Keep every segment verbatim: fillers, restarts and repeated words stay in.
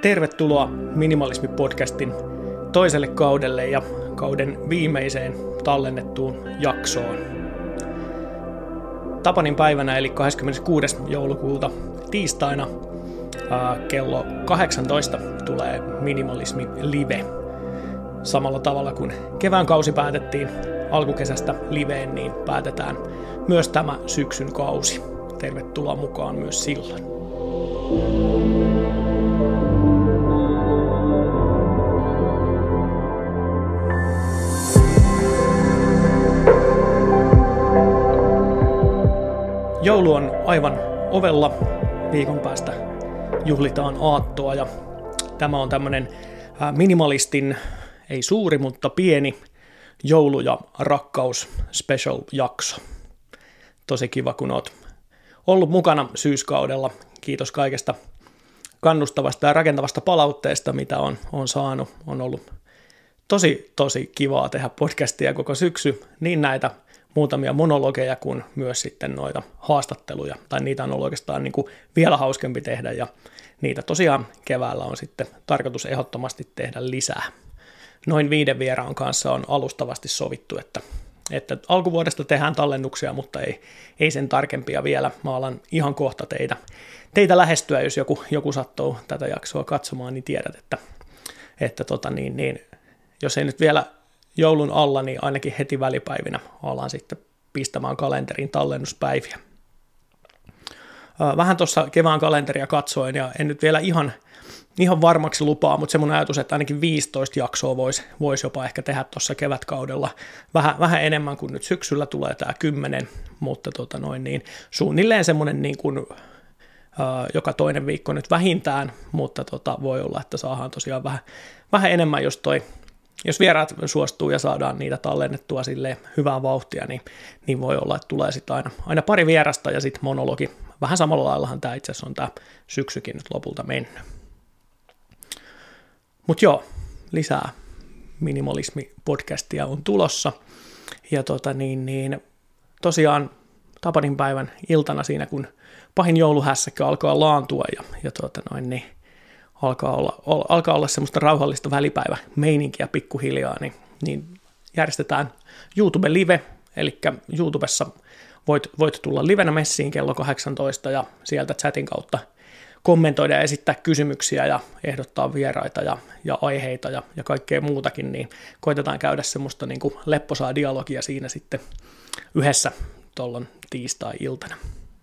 Tervetuloa Minimalismi-podcastin toiselle kaudelle ja kauden viimeiseen tallennettuun jaksoon. Tapanin päivänä eli kahdeskymmeneskuudes joulukuuta tiistaina ää, kello kahdeksantoista tulee Minimalismi Live. Samalla tavalla kuin kevään kausi päätettiin alkukesästä liveen, niin päätetään myös tämä syksyn kausi. Tervetuloa mukaan myös silloin. Joulu on aivan ovella, viikon päästä juhlitaan aattoa ja tämä on tämmöinen minimalistin, ei suuri, mutta pieni joulu- ja rakkaus special jakso. Tosi kiva, kun oot ollut mukana syyskaudella. Kiitos kaikesta kannustavasta ja rakentavasta palautteesta, mitä on, on saanut. On ollut tosi, tosi kivaa tehdä podcastia koko syksy, niin näitä muutamia monologeja kuin myös sitten noita haastatteluja, tai niitä on ollut oikeastaan niin kuin vielä hauskempi tehdä, ja niitä tosiaan keväällä on sitten tarkoitus ehdottomasti tehdä lisää. Noin viiden vieraan kanssa on alustavasti sovittu, että, että alkuvuodesta tehdään tallennuksia, mutta ei, ei sen tarkempia vielä. Mä alan ihan kohta teitä, teitä lähestyä, jos joku, joku sattuu tätä jaksoa katsomaan, niin tiedät, että, että tota niin, niin, jos ei nyt vielä joulun alla, niin ainakin heti välipäivinä alan sitten pistämään kalenteriin tallennuspäiviä. Vähän tuossa kevään kalenteria katsoin, ja en nyt vielä ihan, ihan varmaksi lupaa, mutta semmoinen ajatus, että ainakin viisitoista jaksoa voisi vois jopa ehkä tehdä tuossa kevätkaudella. Vähän, vähän enemmän kuin nyt syksyllä tulee tämä kymmenen, mutta tota noin niin, suunnilleen semmoinen niin kuin, uh, joka toinen viikko nyt vähintään, mutta tota, voi olla, että saadaan tosiaan vähän, vähän enemmän, jos toi Jos vieraat suostuu ja saadaan niitä tallennettua silleen hyvää vauhtia, niin, niin voi olla, että tulee sitten aina, aina pari vierasta ja sitten monologi. Vähän samalla laillahan tämä itse asiassa on tämä syksykin nyt lopulta mennyt. Mutta joo, lisää minimalismi-podcastia on tulossa. Ja tota niin, niin, tosiaan Tapanin päivän iltana siinä, kun pahin jouluhässäkkä alkaa laantua ja, ja tota noin, niin Alkaa olla, alkaa olla semmoista rauhallista välipäivämeininkiä pikkuhiljaa, niin, niin järjestetään YouTube Live, eli YouTubessa voit, voit tulla livenä messiin kello kahdeksantoista ja sieltä chatin kautta kommentoida ja esittää kysymyksiä ja ehdottaa vieraita ja, ja aiheita ja, ja kaikkea muutakin, niin koitetaan käydä semmoista niin kuin lepposaa dialogia siinä sitten yhdessä tuolloin tiistai-iltana.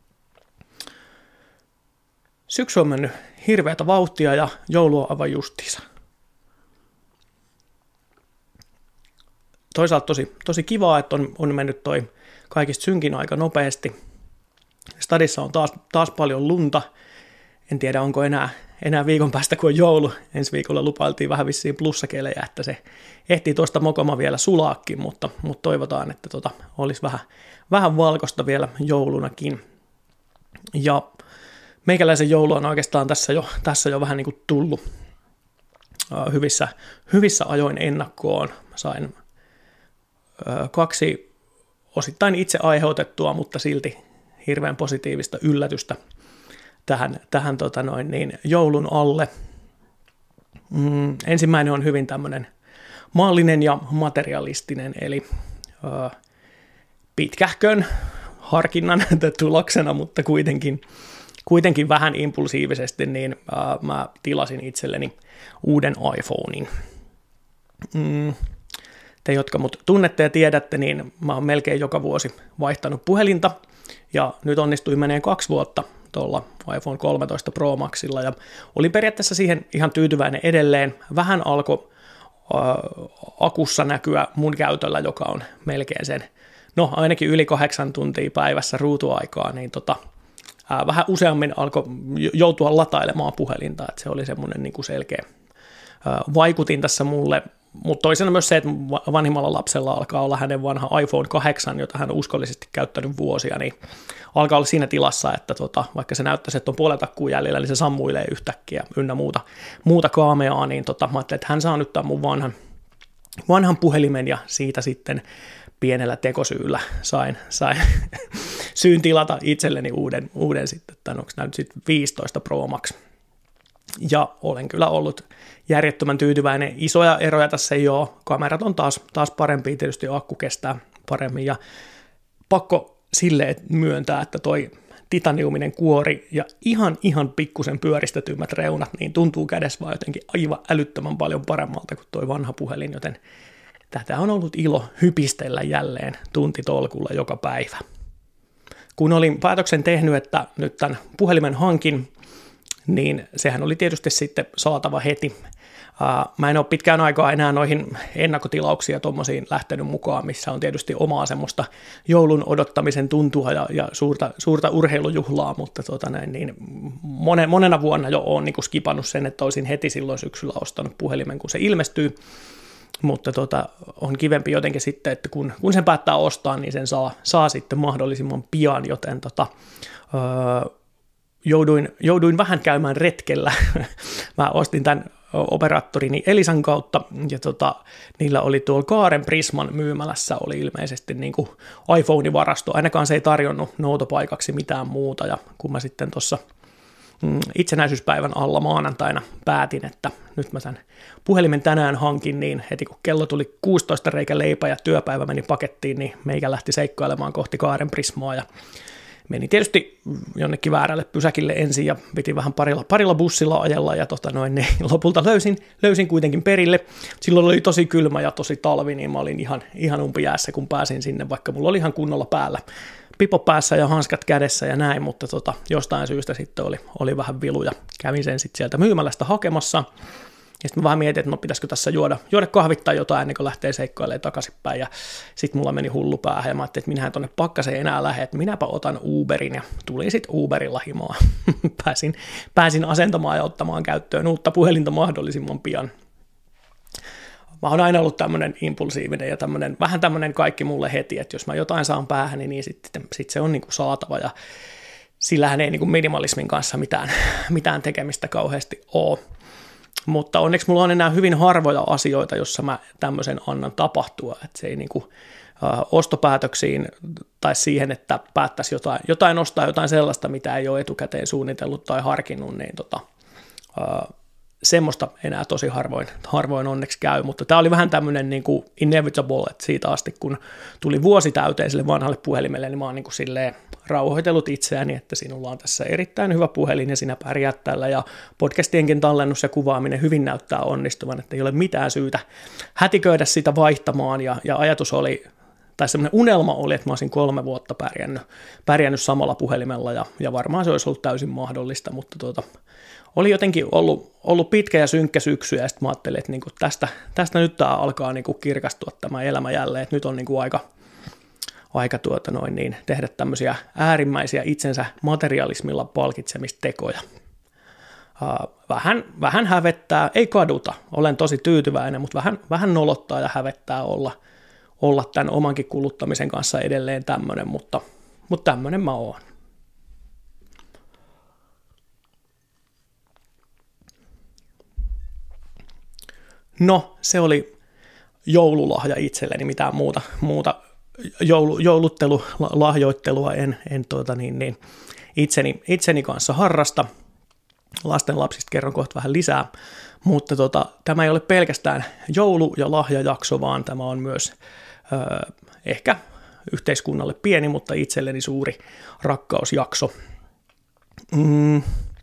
Syksy on mennyt hirveätä vauhtia ja joulu on aivan justiinsa. Toisaalta tosi, tosi kivaa, että on, on mennyt toi kaikista synkin aika nopeasti. Stadissa on taas, taas paljon lunta. En tiedä, onko enää, enää viikon päästä, kun on joulu. Ensi viikolla lupailtiin vähän vissiin plussakelejä, että se ehtii tuosta mokoma vielä sulaakin, mutta, mutta toivotaan, että tota, olisi vähän, vähän valkoista vielä joulunakin. Ja meikäläisen joulu on oikeastaan tässä jo, tässä jo vähän niin kuin tullut uh, hyvissä, hyvissä ajoin ennakkoon. Mä sain uh, kaksi osittain itse aiheutettua, mutta silti hirveän positiivista yllätystä tähän, tähän tota noin, niin joulun alle. Mm, ensimmäinen on hyvin tämmöinen maallinen ja materialistinen, eli uh, pitkähkön harkinnan tuloksena, mutta kuitenkin Kuitenkin vähän impulsiivisesti, niin äh, mä tilasin itselleni uuden iPhonein. Mm. Te, jotka mut tunnette ja tiedätte, niin mä oon melkein joka vuosi vaihtanut puhelinta, ja nyt onnistui menee kaksi vuotta tuolla iPhone kolmetoista Pro Maxilla, ja olin periaatteessa siihen ihan tyytyväinen edelleen. Vähän alkoi äh, akussa näkyä mun käytöllä, joka on melkein sen, no ainakin yli kahdeksan tuntia päivässä ruutuaikaa, niin tota, vähän useammin alkoi joutua latailemaan puhelinta, että se oli semmoinen niin kuin selkeä vaikutin tässä mulle, mutta toisena myös se, että vanhimmalla lapsella alkaa olla hänen vanha iPhone kahdeksan, jota hän on uskollisesti käyttänyt vuosia, niin alkaa olla siinä tilassa, että tota, vaikka se näyttäisi, että on puolet akkua jäljellä, niin se sammuilee yhtäkkiä ynnä muuta, muuta kaameaa, niin tota, mä ajattelin, että hän saa nyt tämän mun vanhan, vanhan puhelimen ja siitä sitten pienellä tekosyyllä sain, sain syyn tilata itselleni uuden, uuden sitten, että onko nämä nyt sitten viisitoista Pro Max. Ja olen kyllä ollut järjettömän tyytyväinen. Isoja eroja tässä ei ole. Kamerat on taas, taas parempia, tietysti akku kestää paremmin. Ja pakko silleen myöntää, että toi titaniuminen kuori ja ihan ihan pikkusen pyöristetymmät reunat, niin tuntuu kädessä vaan jotenkin aivan älyttömän paljon paremmalta kuin toi vanha puhelin, joten tätä on ollut ilo hypistellä jälleen tuntitolkulla joka päivä. Kun olin päätöksen tehnyt, että nyt tämän puhelimen hankin, niin sehän oli tietysti sitten saatava heti. Mä en ole pitkään aikaa enää noihin ennakkotilauksia tuommoisiin lähtenyt mukaan, missä on tietysti omaa semmoista joulun odottamisen tuntua ja, ja suurta, suurta urheilujuhlaa, mutta tota näin, niin monen, monena vuonna jo olen niin kuin skipannut sen, että olisin heti silloin syksyllä ostanut puhelimen, kun se ilmestyy, mutta tota, on kivempi jotenkin sitten, että kun, kun sen päättää ostaa, niin sen saa, saa sitten mahdollisimman pian, joten tota, öö, jouduin, jouduin vähän käymään retkellä. Mä ostin tämän operaattorini Elisan kautta, ja tota, niillä oli tuolla Kaaren Prisman myymälässä oli ilmeisesti niin kuin iPhone-varasto, ainakaan se ei tarjonnut noutopaikaksi mitään muuta, ja kun mä sitten tuossa mm, itsenäisyyspäivän alla maanantaina päätin, että nyt mä tämän puhelimen tänään hankin, niin heti kun kello tuli kuusitoista reikä leipä ja työpäivä meni pakettiin, niin meikä lähti seikkailemaan kohti Kaaren Prismaa, ja meni tietysti jonnekin väärälle pysäkille ensin ja piti vähän parilla, parilla bussilla ajella ja tota noin, niin lopulta löysin, löysin kuitenkin perille. Silloin oli tosi kylmä ja tosi talvi, niin mä olin ihan, ihan umpijäässä, kun pääsin sinne, vaikka mulla oli ihan kunnolla päällä pipo päässä ja hanskat kädessä ja näin, mutta tota, jostain syystä sitten oli, oli vähän vilu ja kävin sen sitten sieltä myymälästä hakemassa. Ja sitten mä vähän mietin, että no pitäisikö tässä juoda, juoda kahvit tai jotain ennen kuin lähtee seikkailemaan takaisinpäin. Ja sitten mulla meni hullu päähän ja mä ajattelin, että minähän tuonne pakkaseen enää lähde, että minäpä otan Uberin ja tulin sitten Uberilla himaan. pääsin, pääsin asentamaan ja ottamaan käyttöön uutta puhelinta mahdollisimman pian. Mä oon aina ollut tämmöinen impulsiivinen ja tämmönen, vähän tämmöinen kaikki mulle heti, että jos mä jotain saan päähän, niin sitten sit se on niinku saatava ja sillähän ei niinku minimalismin kanssa mitään, mitään tekemistä kauheasti ole. Mutta onneksi mulla on enää hyvin harvoja asioita, jossa mä tämmöisen annan tapahtua, että se ei niin kuin, äh, ostopäätöksiin tai siihen, että päättäisi jotain, jotain ostaa jotain sellaista, mitä ei ole etukäteen suunnitellut tai harkinnut, niin tota, äh, semmoista enää tosi harvoin, harvoin onneksi käy, mutta tämä oli vähän tämmöinen niin kuin inevitable, että siitä asti kun tuli vuosi täyteen sille vanhalle puhelimelle, niin mä oon niin kuin silleen rauhoitellut itseäni, että sinulla on tässä erittäin hyvä puhelin ja sinä pärjäät tällä ja podcastienkin tallennus ja kuvaaminen hyvin näyttää onnistuvan, että ei ole mitään syytä hätiköidä sitä vaihtamaan ja, ja ajatus oli, tai semmoinen unelma oli, että mä olisin kolme vuotta pärjännyt, pärjännyt samalla puhelimella ja, ja varmaan se olisi ollut täysin mahdollista, mutta tuota, oli jotenkin ollut, ollut pitkä ja synkkä syksy, ja sitten mä ajattelin, että niinku tästä, tästä nyt tää alkaa niinku kirkastua tämä elämä jälleen, että nyt on niinku aika, aika tuota noin niin, tehdä tämmöisiä äärimmäisiä itsensä materialismilla palkitsemistekoja. Uh, vähän, vähän hävettää, ei kaduta, olen tosi tyytyväinen, mutta vähän, vähän nolottaa ja hävettää olla, olla tämän omankin kuluttamisen kanssa edelleen tämmöinen, mutta, mutta tämmöinen mä oon. No, se oli joululahja itselleni, mitään muuta, muuta joulu, jouluttelu, lahjoittelua en, en tuota niin, niin itseni, itseni kanssa harrasta. Lasten lapsista kerron kohta vähän lisää, mutta tota, tämä ei ole pelkästään joulu- ja lahjajakso, vaan tämä on myös ö, ehkä yhteiskunnalle pieni, mutta itselleni suuri rakkausjakso. Mm.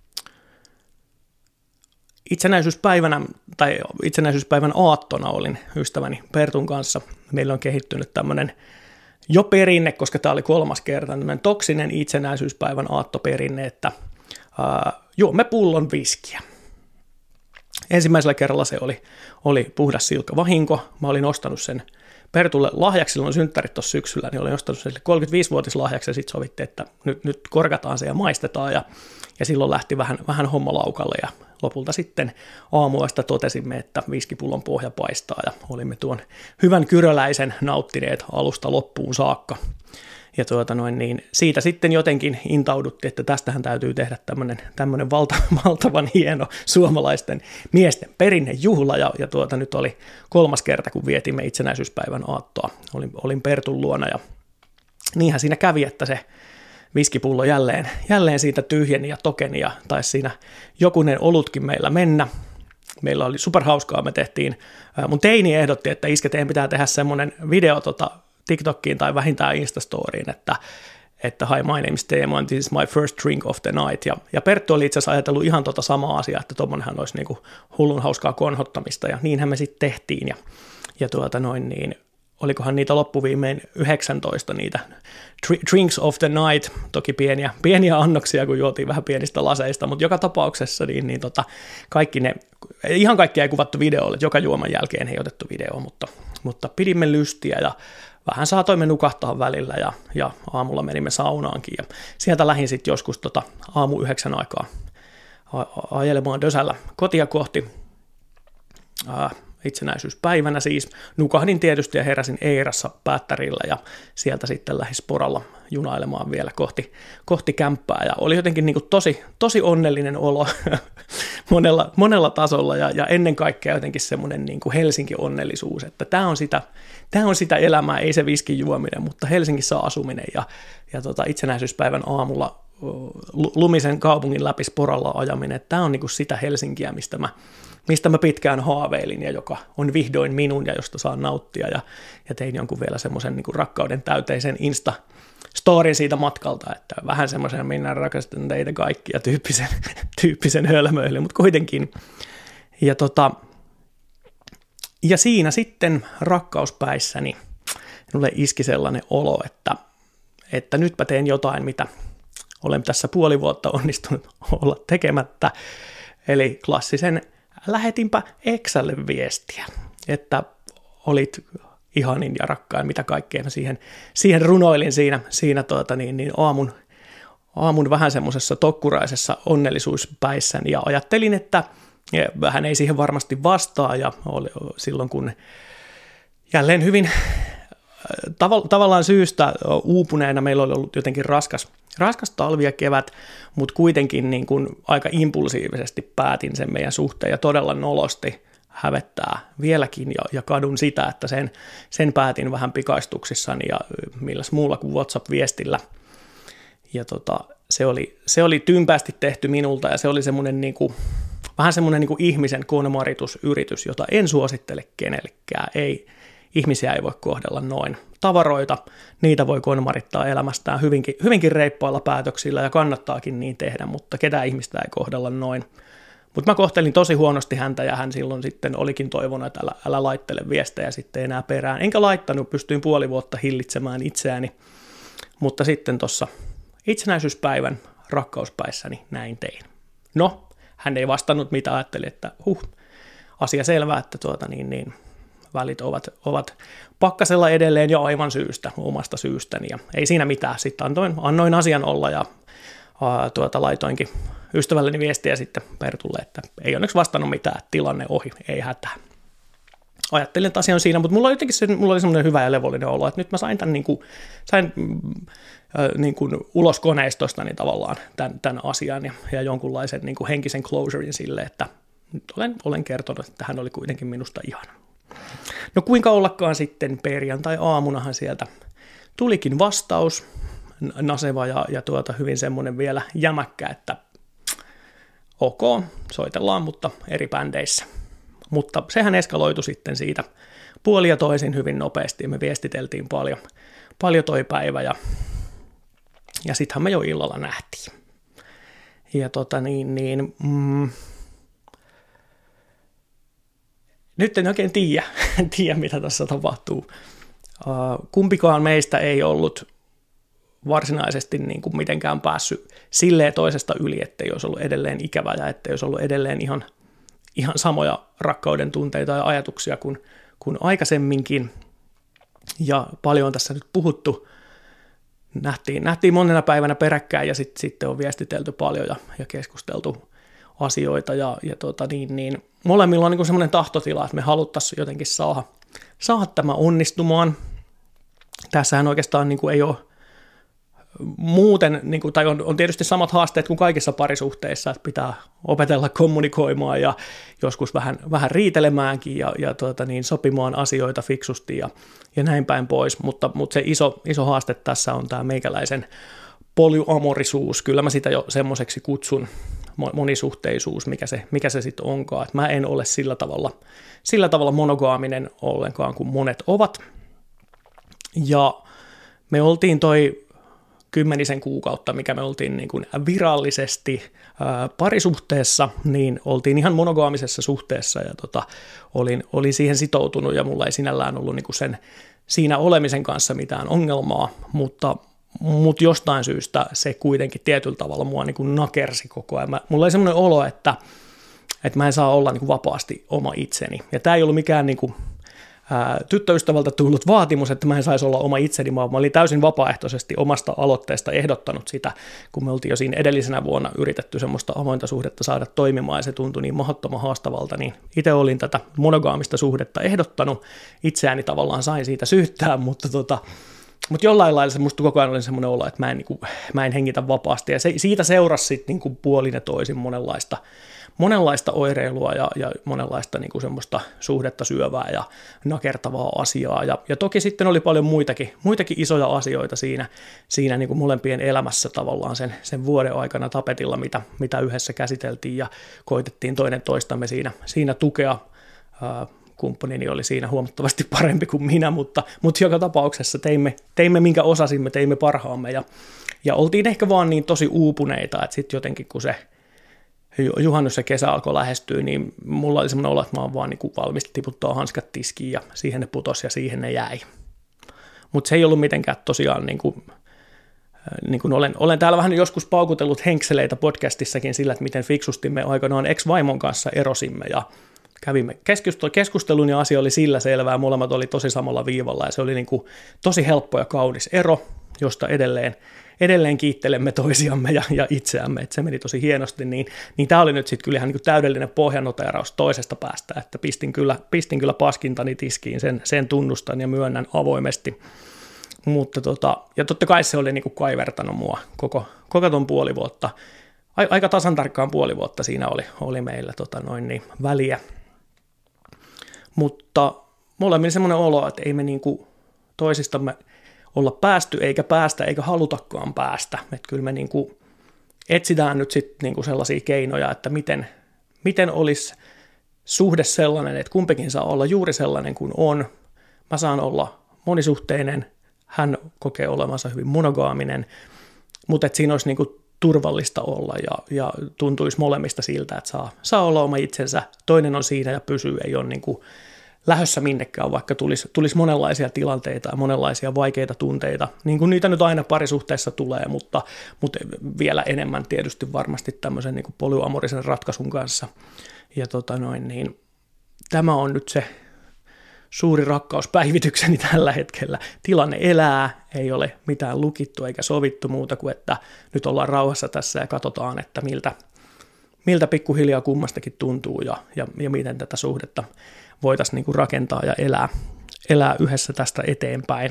Itsenäisyyspäivänä tai itsenäisyyspäivän aattona olin ystäväni Pertun kanssa. Meillä on kehittynyt tämmöinen jo perinne, koska tämä oli kolmas kerta, tämmöinen toksinen itsenäisyyspäivän aattoperinne, että ää, juomme pullon viskiä. Ensimmäisellä kerralla se oli, oli puhdas silkka vahinko. Mä olin ostanut sen Pertulle lahjaksi, silloin synttärit tuossa syksyllä, niin olin ostanut sen kolmekymmentäviisivuotislahjaksi ja sitten sovittiin, että nyt, nyt korkataan se ja maistetaan ja, ja silloin lähti vähän, vähän homma laukalle ja lopulta sitten aamuista totesimme, että viskipullon pohja paistaa ja olimme tuon hyvän kyröläisen nauttineet alusta loppuun saakka. Ja tuota noin, niin siitä sitten jotenkin intauduttiin, että tästähän täytyy tehdä tämmöinen, tämmöinen valta, valtavan hieno suomalaisten miesten perinnejuhla. Ja, ja tuota, nyt oli kolmas kerta, kun vietimme itsenäisyyspäivän aattoa. Olin, olin Pertun luona ja niinhän siinä kävi, että se viskipullo jälleen, jälleen siitä tyhjeni ja tokeni ja taisi siinä jokunen olutkin meillä mennä. Meillä oli superhauskaa, me tehtiin, mun teini ehdotti, että iskä, teidän pitää tehdä semmoinen video tota, TikTokkiin tai vähintään Instastoriin, että, että hi, my name is Teemu and this is my first drink of the night. Ja, ja Perttu oli itse asiassa ajatellut ihan tota samaa asiaa, että tommonenhan olisi niinku hullun hauskaa konhottamista ja niinhän me sitten tehtiin. Ja, ja tuota noin niin, olikohan niitä loppuviimein yhdeksäntoista niitä drinks of the night, toki pieniä, pieniä annoksia, kun juotiin vähän pienistä laseista, mutta joka tapauksessa niin, niin tota, kaikki ne, ihan kaikkia ei kuvattu videolle, joka juoman jälkeen ei otettu video, mutta, mutta pidimme lystiä ja vähän saatoimme nukahtaa välillä ja, ja aamulla menimme saunaankin ja sieltä lähdin sitten joskus tota, aamu yhdeksän aikaa a- ajelemaan Dösällä kotia kohti. Äh, itsenäisyyspäivänä siis. Nukahdin tietysti ja heräsin Eirassa Päättärillä ja sieltä sitten lähdin Sporalla junailemaan vielä kohti, kohti kämppää ja oli jotenkin niin kuin tosi, tosi onnellinen olo monella, monella tasolla ja, ja ennen kaikkea jotenkin semmoinen niin kuin Helsinki-onnellisuus, että tämä on sitä, tämä on sitä elämää, ei se viskin juominen, mutta Helsingissä asuminen ja, ja tota itsenäisyyspäivän aamulla lumisen kaupungin läpi Sporalla ajaminen, että tämä on niin kuin sitä Helsinkiä, mistä mä mistä mä pitkään haaveilin ja joka on vihdoin minun ja josta saan nauttia ja, ja tein jonkun vielä semmoisen niin kuin rakkauden täyteisen Insta-storin siitä matkalta, että vähän semmoisen minä rakastan teitä kaikkia tyyppisen, tyyppisen hölmöille, mutta kuitenkin. Ja, tota, ja siinä sitten rakkauspäissäni minulle iski sellainen olo, että, että nytpä teen jotain, mitä olen tässä puoli vuotta onnistunut olla tekemättä, eli klassisen lähetinpä Exalle viestiä, että olit ihanin ja rakkain, mitä kaikkea mä siihen, siihen runoilin siinä, siinä tuota niin, niin aamun, aamun vähän semmoisessa tokkuraisessa onnellisuuspäissäni ja ajattelin, että hän ei siihen varmasti vastaa ja oli, silloin kun jälleen hyvin tav- tavallaan syystä uupuneena meillä oli ollut jotenkin raskas, raskas talvi ja kevät, mutta kuitenkin niin kuin aika impulsiivisesti päätin sen meidän suhteen ja todella nolosti hävettää vieläkin ja, ja kadun sitä, että sen, sen päätin vähän pikaistuksissani ja milläs muulla kuin WhatsApp-viestillä. Ja tota, se, oli, se oli tympäästi tehty minulta ja se oli semmoinen niin kuin, vähän semmoinen niin kuin ihmisen konmaritusyritys, jota en suosittele kenellekään. Ei, ihmisiä ei voi kohdella noin. Tavaroita, niitä voi konmarittaa elämästään hyvinkin, hyvinkin reippailla päätöksillä ja kannattaakin niin tehdä, mutta ketään ihmistä ei kohdella noin. Mutta mä kohtelin tosi huonosti häntä ja hän silloin sitten olikin toivonut, että älä, älä laittele viestejä sitten enää perään. Enkä laittanut, pystyin puoli vuotta hillitsemään itseäni, mutta sitten tuossa itsenäisyyspäivän rakkauspäissäni näin tein. No, hän ei vastannut mitä ajattelin, että huh, asia selvä, että tuota niin, niin välit ovat, ovat pakkasella edelleen jo aivan syystä, omasta syystäni ja ei siinä mitään. Sitten annoin, annoin asian olla ja aa, tuota, laitoinkin ystävälleni viestiä sitten Pertulle, että ei onneksi vastannut mitään, tilanne ohi, ei hätää. Ajattelin, että asia on siinä, mutta mulla oli jotenkin se, mulla oli semmoinen hyvä ja levollinen olo, että nyt mä sain tämän niin kuin, sain, äh, niin kuin ulos koneistostani tavallaan tämän, tämän asian ja, ja jonkunlaisen niin kuin henkisen closurein sille, että nyt olen, olen kertonut, että hän oli kuitenkin minusta ihana. No kuinka ollakaan sitten perjantai-aamunahan sieltä tulikin vastaus, naseva ja, ja tuota, hyvin semmoinen vielä jämäkkä, että ok, soitellaan, mutta eri bändeissä. Mutta sehän eskaloitu sitten siitä puoli ja toisin hyvin nopeasti ja me viestiteltiin paljon, paljon toi päivä ja, ja sittenhän me jo illalla nähtiin. Ja tota niin, niin mm, nyt en oikein tiedä, tiedä mitä tässä tapahtuu. Uh, kumpikaan meistä ei ollut varsinaisesti niin kuin mitenkään päässyt silleen toisesta yli, ettei olisi ollut edelleen ikävä ja ettei olisi ollut edelleen ihan, ihan samoja rakkauden tunteita ja ajatuksia kuin, kuin aikaisemminkin. Ja paljon on tässä nyt puhuttu. Nähtiin, nähtiin monena päivänä peräkkäin ja sitten sit on viestitelty paljon ja, ja keskusteltu asioita. Ja, ja tota niin, niin, molemmilla on niin kuin semmoinen tahtotila, että me haluttaisiin jotenkin saada, saada tämä onnistumaan. Tässähän oikeastaan niin kuin ei ole muuten, niin kuin, tai on, on tietysti samat haasteet kuin kaikissa parisuhteissa, että pitää opetella kommunikoimaan ja joskus vähän, vähän riitelemäänkin ja, ja tuota, niin, sopimaan asioita fiksusti ja, ja näin päin pois, mutta, mutta se iso, iso haaste tässä on tämä meikäläisen polyamorisuus, kyllä mä sitä jo semmoiseksi kutsun, monisuhteisuus, mikä se, mikä se sitten onkaan. Et mä en ole sillä tavalla, sillä tavalla monogaaminen ollenkaan kuin monet ovat. Ja me oltiin toi kymmenisen kuukautta, mikä me oltiin niin kuin virallisesti ää, parisuhteessa, niin oltiin ihan monogaamisessa suhteessa ja tota, olin, olin siihen sitoutunut ja mulla ei sinällään ollut niin kuin sen, siinä olemisen kanssa mitään ongelmaa, mutta, mutta jostain syystä se kuitenkin tietyllä tavalla mua niin kuin nakersi koko ajan. Mä, mulla oli semmoinen olo, että, että mä en saa olla niin kuin vapaasti oma itseni ja tämä ei ollut mikään niin kuin Ää, tyttöystävältä tullut vaatimus, että mä en saisi olla oma itseni, vaan mä olin täysin vapaaehtoisesti omasta aloitteesta ehdottanut sitä, kun me oltiin jo siinä edellisenä vuonna yritetty semmoista avointa suhdetta saada toimimaan, ja se tuntui niin mahdottoman haastavalta, niin itse olin tätä monogaamista suhdetta ehdottanut, itseäni tavallaan sain siitä syyttää, mutta, tota, mutta jollain lailla se musta koko ajan oli semmoinen olo, että mä en, niin kuin, mä en hengitä vapaasti, ja se, siitä seurasi sitten niin kuin puolin ja toisin monenlaista monenlaista oireilua ja, ja monenlaista niin kuin semmoista suhdetta syövää ja nakertavaa asiaa. Ja, ja toki sitten oli paljon muitakin, muitakin isoja asioita siinä, siinä niin kuin molempien elämässä tavallaan sen, sen vuoden aikana tapetilla, mitä, mitä yhdessä käsiteltiin ja koitettiin toinen toistamme siinä, siinä tukea. Ää, kumppanini oli siinä huomattavasti parempi kuin minä, mutta, mutta joka tapauksessa teimme, teimme minkä osasimme, teimme parhaamme ja, ja oltiin ehkä vaan niin tosi uupuneita, että sitten jotenkin kun se juhannus ja kesä alkoi lähestyä, niin mulla oli semmoinen olo, että mä oon vaan niin valmis tiputtaa hanskat tiskiin ja siihen ne putosi ja siihen ne jäi. Mutta se ei ollut mitenkään tosiaan, niin kuin, niin kuin olen, olen täällä vähän joskus paukutellut henkseleitä podcastissakin sillä, että miten fiksusti me aikanaan ex-vaimon kanssa erosimme ja kävimme keskustelun ja asia oli sillä selvää, molemmat oli tosi samalla viivalla ja se oli niin kuin tosi helppo ja kaunis ero, josta edelleen edelleen kiittelemme toisiamme ja, ja itseämme, että se meni tosi hienosti, niin, niin tämä oli nyt sitten kyllä ihan niin kuin täydellinen pohjanoteeraus toisesta päästä, että pistin kyllä, pistin kyllä paskintani tiskiin, sen, sen tunnustan ja myönnän avoimesti, mutta tota, ja totta kai se oli niin kuin kaivertanut mua koko, koko ton puoli vuotta, aika tasan tarkkaan puoli vuotta siinä oli, oli meillä tota noin niin, väliä, mutta mulla oli semmoinen olo, että ei me niin kuin toisistamme olla päästy eikä päästä eikä halutakaan päästä. Että kyllä me niin kuin etsitään nyt sitten niin kuin sellaisia keinoja, että miten, miten olisi suhde sellainen, että kumpikin saa olla juuri sellainen kuin on. Mä saan olla monisuhteinen, hän kokee olevansa hyvin monogaaminen, mutta että siinä olisi niin kuin turvallista olla ja, ja tuntuisi molemmista siltä, että saa, saa olla oma itsensä, toinen on siinä ja pysyy, ei ole niin kuin lähdössä minnekään, vaikka tulisi, tulisi monenlaisia tilanteita ja monenlaisia vaikeita tunteita, niin kuin niitä nyt aina parisuhteessa tulee, mutta, mutta vielä enemmän tietysti varmasti tämmöisen niin kuin polyamorisen ratkaisun kanssa. Ja tota noin, niin tämä on nyt se suuri rakkauspäivitykseni tällä hetkellä. Tilanne elää, ei ole mitään lukittu eikä sovittu muuta kuin, että nyt ollaan rauhassa tässä ja katsotaan, että miltä, miltä pikkuhiljaa kummastakin tuntuu ja, ja, ja miten tätä suhdetta voitaisiin niin kuin rakentaa ja elää, elää yhdessä tästä eteenpäin.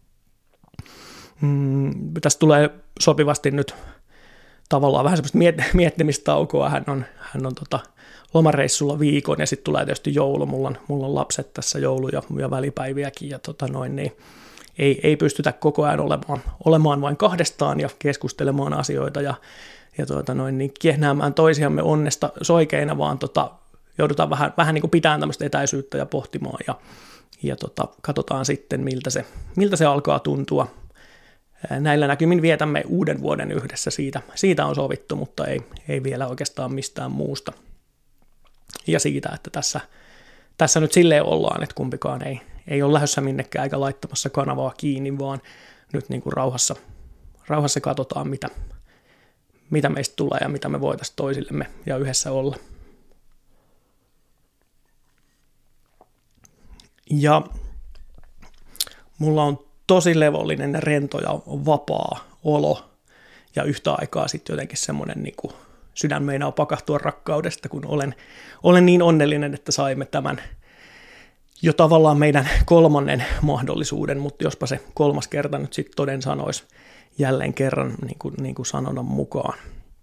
Mm, tästä tulee sopivasti nyt tavallaan vähän semmoista miet- miettimistaukoa. Hän on, hän on tota lomareissulla viikon ja sitten tulee tietysti joulu. Mulla on, mulla on lapset tässä joulu- ja, ja välipäiviäkin ja tota noin, niin ei, ei pystytä koko ajan olemaan, olemaan vain kahdestaan ja keskustelemaan asioita ja, ja tota noin, niin kiehnäämään toisiamme onnesta soikeina, vaan tota, joudutaan vähän, vähän niin kuin pitämään tämmöistä etäisyyttä ja pohtimaan ja, ja tota, katsotaan sitten, miltä se, miltä se alkaa tuntua. Näillä näkymin vietämme uuden vuoden yhdessä, siitä, siitä on sovittu, mutta ei, ei vielä oikeastaan mistään muusta. Ja siitä, että tässä, tässä nyt silleen ollaan, että kumpikaan ei, ei ole lähdössä minnekään eikä laittamassa kanavaa kiinni, vaan nyt niin kuin rauhassa, rauhassa katsotaan, mitä, mitä meistä tulee ja mitä me voitaisiin toisillemme ja yhdessä olla. Ja mulla on tosi levollinen ja rento ja vapaa olo ja yhtä aikaa sitten jotenkin semmoinen niin kuin sydän meinaa pakahtua rakkaudesta, kun olen, olen niin onnellinen, että saimme tämän jo tavallaan meidän kolmannen mahdollisuuden, mutta jospa se kolmas kerta nyt sitten toden sanoisi jälleen kerran niin kuin, niin kuin sanonnan mukaan.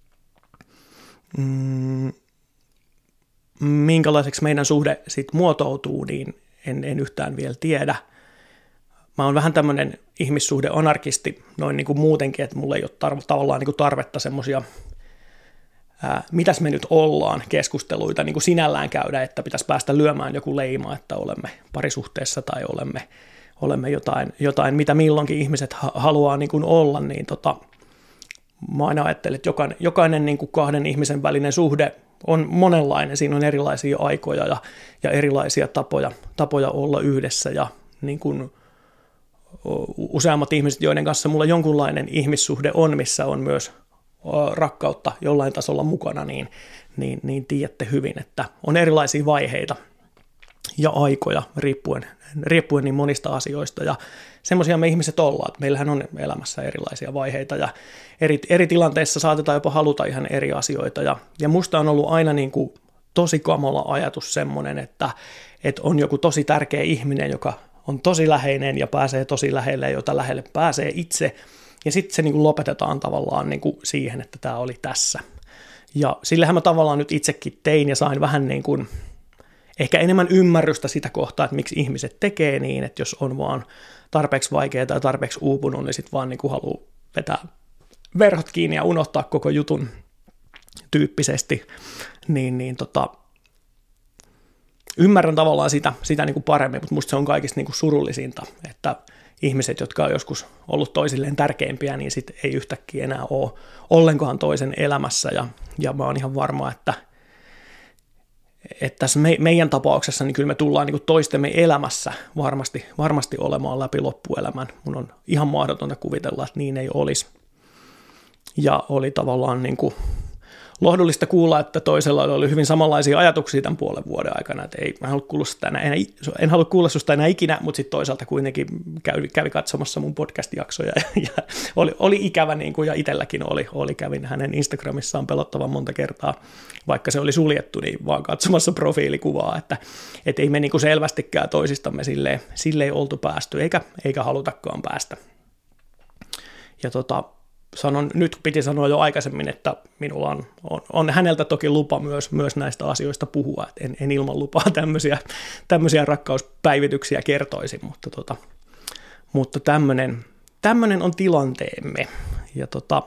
Mm, minkälaiseksi meidän suhde sitten muotoutuu, niin en, en yhtään vielä tiedä. Mä oon vähän tämmöinen ihmissuhdeanarkisti noin niin kuin muutenkin, että mulla ei ole tar- tavallaan niin kuin tarvetta semmoisia ää, mitäs me nyt ollaan keskusteluita niin kuin sinällään käydä, että pitäisi päästä lyömään joku leima, että olemme parisuhteessa tai olemme, olemme jotain, jotain, mitä milloinkin ihmiset ha- haluaa niin kuin olla, niin tota, mä aina ajattelen, että jokainen, jokainen niin kuin kahden ihmisen välinen suhde on monenlainen, siinä on erilaisia aikoja ja, ja erilaisia tapoja, tapoja olla yhdessä ja niin kuin useammat ihmiset, joiden kanssa mulla jonkunlainen ihmissuhde on, missä on myös rakkautta jollain tasolla mukana, niin, niin, niin tiedätte hyvin, että on erilaisia vaiheita ja aikoja riippuen, riippuen niin monista asioista ja semmoisia me ihmiset ollaan, että meillähän on elämässä erilaisia vaiheita ja eri, eri tilanteissa saatetaan jopa haluta ihan eri asioita ja, ja musta on ollut aina niin kuin tosi kamala ajatus semmoinen, että, että on joku tosi tärkeä ihminen, joka on tosi läheinen ja pääsee tosi lähelle, jota lähelle pääsee itse ja sitten se niin kuin lopetetaan tavallaan niin kuin siihen, että tämä oli tässä. Ja sillähän mä tavallaan nyt itsekin tein ja sain vähän niin kuin ehkä enemmän ymmärrystä sitä kohtaa, että miksi ihmiset tekee niin, että jos on vaan tarpeeksi vaikeaa tai tarpeeksi uupunut, niin sitten vaan niin kuin haluaa vetää verhot kiinni ja unohtaa koko jutun tyyppisesti, niin, niin tota, ymmärrän tavallaan sitä, sitä niin kuin paremmin, mutta musta se on kaikista niin kuin surullisinta, että ihmiset, jotka on joskus ollut toisilleen tärkeimpiä, niin sitten ei yhtäkkiä enää ole ollenkaan toisen elämässä ja, ja mä oon ihan varma, että että tässä me, meidän tapauksessa niin kyllä me tullaan niin kuin toistemme elämässä varmasti, varmasti olemaan läpi loppuelämän. Mun on ihan mahdotonta kuvitella, että niin ei olisi. Ja oli tavallaan niin kuin lohdullista kuulla, että toisella oli hyvin samanlaisia ajatuksia tämän puolen vuoden aikana, että ei, mä en halua kuulla sitä enää, enää, en halua kuulla susta enää ikinä, mutta sitten toisaalta kuitenkin kävi, kävi katsomassa mun podcast-jaksoja ja, ja oli, oli ikävä niin kuin ja itselläkin oli, oli, kävin hänen Instagramissaan pelottavan monta kertaa, vaikka se oli suljettu, niin vaan katsomassa profiilikuvaa, että et ei me niin kuin selvästikään toisistamme silleen, silleen oltu päästy, eikä, eikä halutakaan päästä. Ja tota, sanon, nyt piti sanoa jo aikaisemmin, että minulla on, on, on häneltä toki lupa myös, myös näistä asioista puhua, että en, en ilman lupaa tämmöisiä, tämmöisiä rakkauspäivityksiä kertoisin, mutta, tota, mutta tämmöinen, tämmöinen on tilanteemme. Ja tota,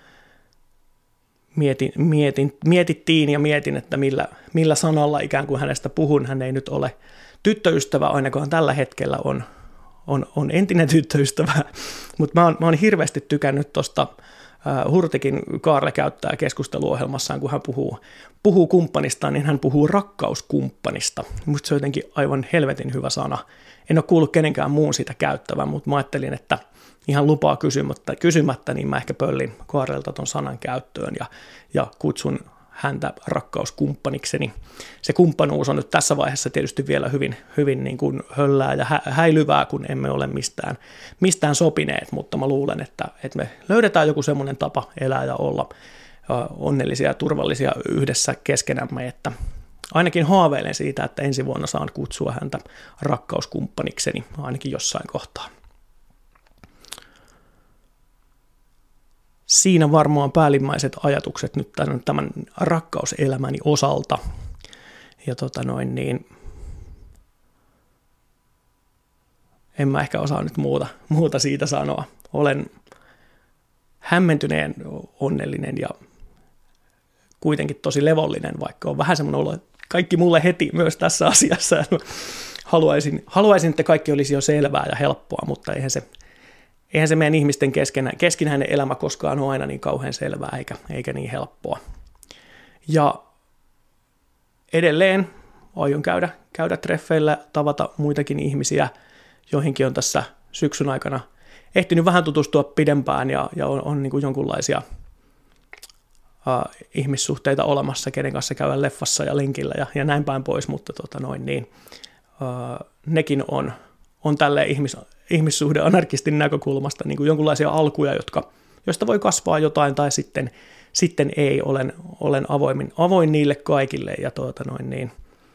mietin, mietin, mietittiin ja mietin, että millä, millä sanalla ikään kuin hänestä puhun. Hän ei nyt ole tyttöystävä, ainakaan tällä hetkellä on, on, on entinen tyttöystävä, mutta mä oon, mä oon hirveästi tykännyt tuosta uh, Hurtikin Kaarle käyttää keskusteluohjelmassaan, kun hän puhuu, puhuu kumppanista, niin hän puhuu rakkauskumppanista. Musta se on jotenkin aivan helvetin hyvä sana. En ole kuullut kenenkään muun sitä käyttävän, mutta mä ajattelin, että ihan lupaa kysymättä, kysymättä niin mä ehkä pöllin Kaarelta ton sanan käyttöön ja, ja kutsun häntä rakkauskumppanikseni. Se kumppanuus on nyt tässä vaiheessa tietysti vielä hyvin, hyvin niin kuin höllää ja hä- häilyvää, kun emme ole mistään, mistään sopineet, mutta mä luulen, että, että me löydetään joku semmoinen tapa elää ja olla onnellisia ja turvallisia yhdessä keskenämme, että ainakin haaveilen siitä, että ensi vuonna saan kutsua häntä rakkauskumppanikseni ainakin jossain kohtaa. Siinä varmaan päällimmäiset ajatukset nyt tämän, tämän rakkauselämäni osalta. Ja tota noin niin, en mä ehkä osaa nyt muuta, muuta siitä sanoa. Olen hämmentyneen onnellinen ja kuitenkin tosi levollinen, vaikka on vähän semmoinen olo, että kaikki mulle heti myös tässä asiassa. Haluaisin, haluaisin, että kaikki olisi jo selvää ja helppoa, mutta eihän se Eihän se meidän ihmisten keskenä, keskinäinen elämä koskaan ole aina niin kauhean selvää eikä, eikä niin helppoa. Ja edelleen aion käydä, käydä treffeillä, tavata muitakin ihmisiä, joihinkin on tässä syksyn aikana ehtinyt vähän tutustua pidempään ja, ja on, on niin kuin jonkunlaisia uh, ihmissuhteita olemassa, kenen kanssa käydään leffassa ja lenkillä ja, ja näin päin pois, mutta tota noin, niin, uh, nekin on, on tälleen ihmis, ihmissuhdeanarkistin näkökulmasta niin kuin jonkunlaisia alkuja, jotka, joista voi kasvaa jotain tai sitten, sitten ei, olen, olen avoimin, avoin niille kaikille ja tuota noin niin,